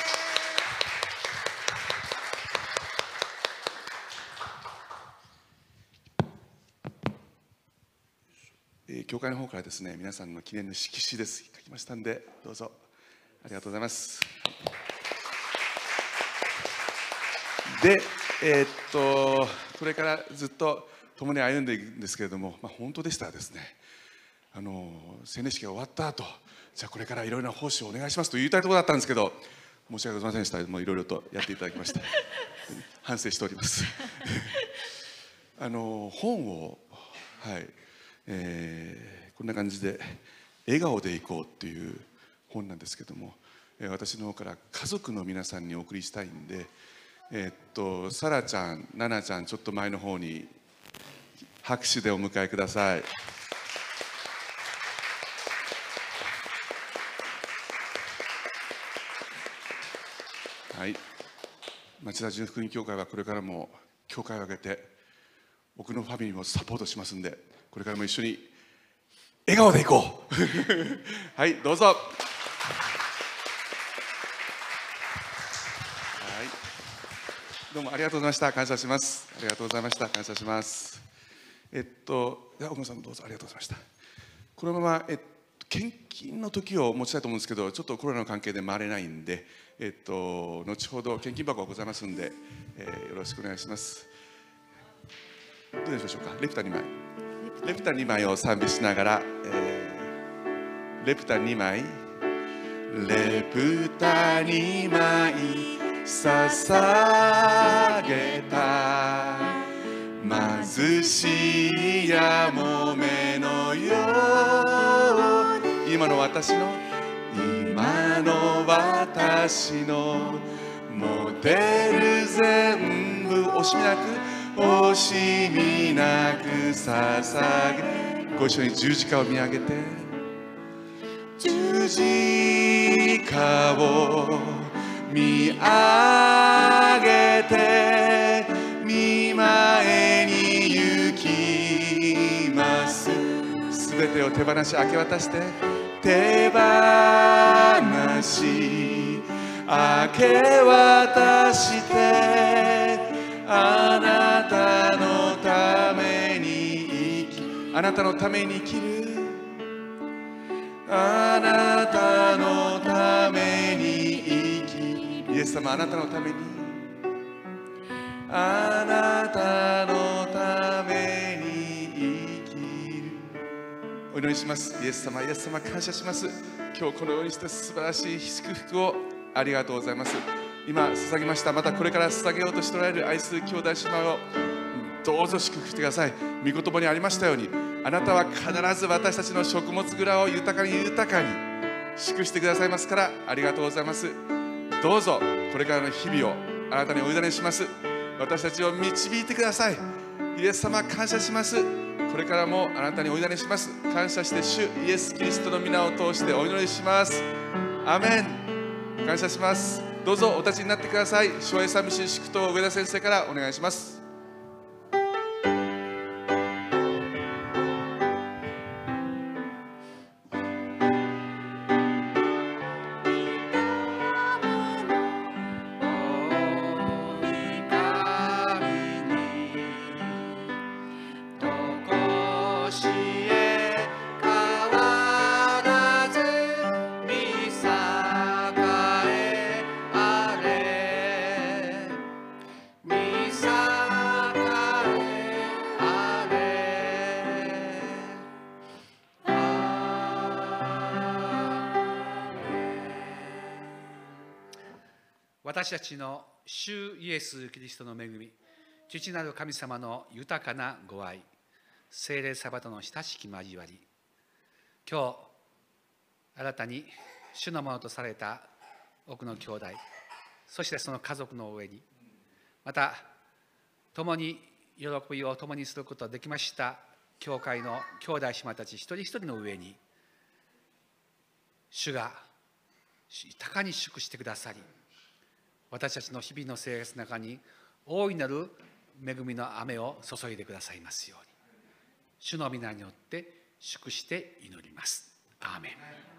教会の方からですね、皆さんの記念の色紙です。書きましたんで、どうぞ。ありがとうございます。で、これからずっと共に歩んでいくんですけれども、本当でしたらですね、洗礼式が終わった後、じゃあこれからいろいろな奉仕をお願いしますと言いたいところだったんですけど、申し訳ございませんでした。もういろいろとやっていただきました。反省しております。本を、はい、こんな感じで笑顔でいこうっていう本なんですけども、私の方から家族の皆さんにお送りしたいんで、サラちゃん、ナナちゃん、ちょっと前の方に拍手でお迎えください。はい、町田純福音教会はこれからも教会を挙げて僕のファミリーもサポートしますんで、これからも一緒に笑顔でいこう。はい、どうぞ。はい、どうもありがとうございました。感謝します。ありがとうございました。感謝します。では奥野さんもどうぞありがとうございました。このまま献金の時を持ちたいと思うんですけど、ちょっとコロナの関係で回れないんで、後ほど献金箱がございますんで、よろしくお願いします。どうでしょうか。レプタ2枚、レプタ2枚を賛美しながら、レプタ2枚、レプタ2枚捧げた、貧しいやもめのように、今の私の持てる全部惜しみなく惜しみなく捧げ、ご一緒に十字架を見上げて、十字架を見上げて見前に行きます。すべてを手放し明け渡して、手放し明け渡して、あなたのために生き、あなたのために生きる、あなたのために生き、イエス様、あなたのために、あなたのために生きる。お祈りします。イエス様、イエス様、感謝します。今日このようにして素晴らしい祝福をありがとうございます。 今捧げました、またこれから捧げようとしておられる愛する兄弟姉妹をどうぞ祝福してください。御言葉にありましたように、あなたは必ず私たちの食物蔵を豊かに豊かに祝してくださいますから、ありがとうございます。どうぞこれからの日々をあなたにお委ねします。私たちを導いてください。イエス様、感謝します。これからもあなたにお委ねします。感謝して主イエスキリストの皆を通してお祈りします。アメン。感謝します。どうぞお立ちになってください。昭和寂しい祝祷を上田先生からお願いします。 私たちの主イエス・キリストの恵み、父なる神様の豊かなご愛、聖霊様との親しき交わり、今日新たに主のものとされた多くの兄弟、そしてその家族の上に、また共に喜びを共にすることができました教会の兄弟姉妹たち一人一人の上に、主が豊かに祝してくださり、私たちの日々の生活の中に大いなる恵みの雨を注いでくださいますように、主の皆によって祝して祈ります。アーメン。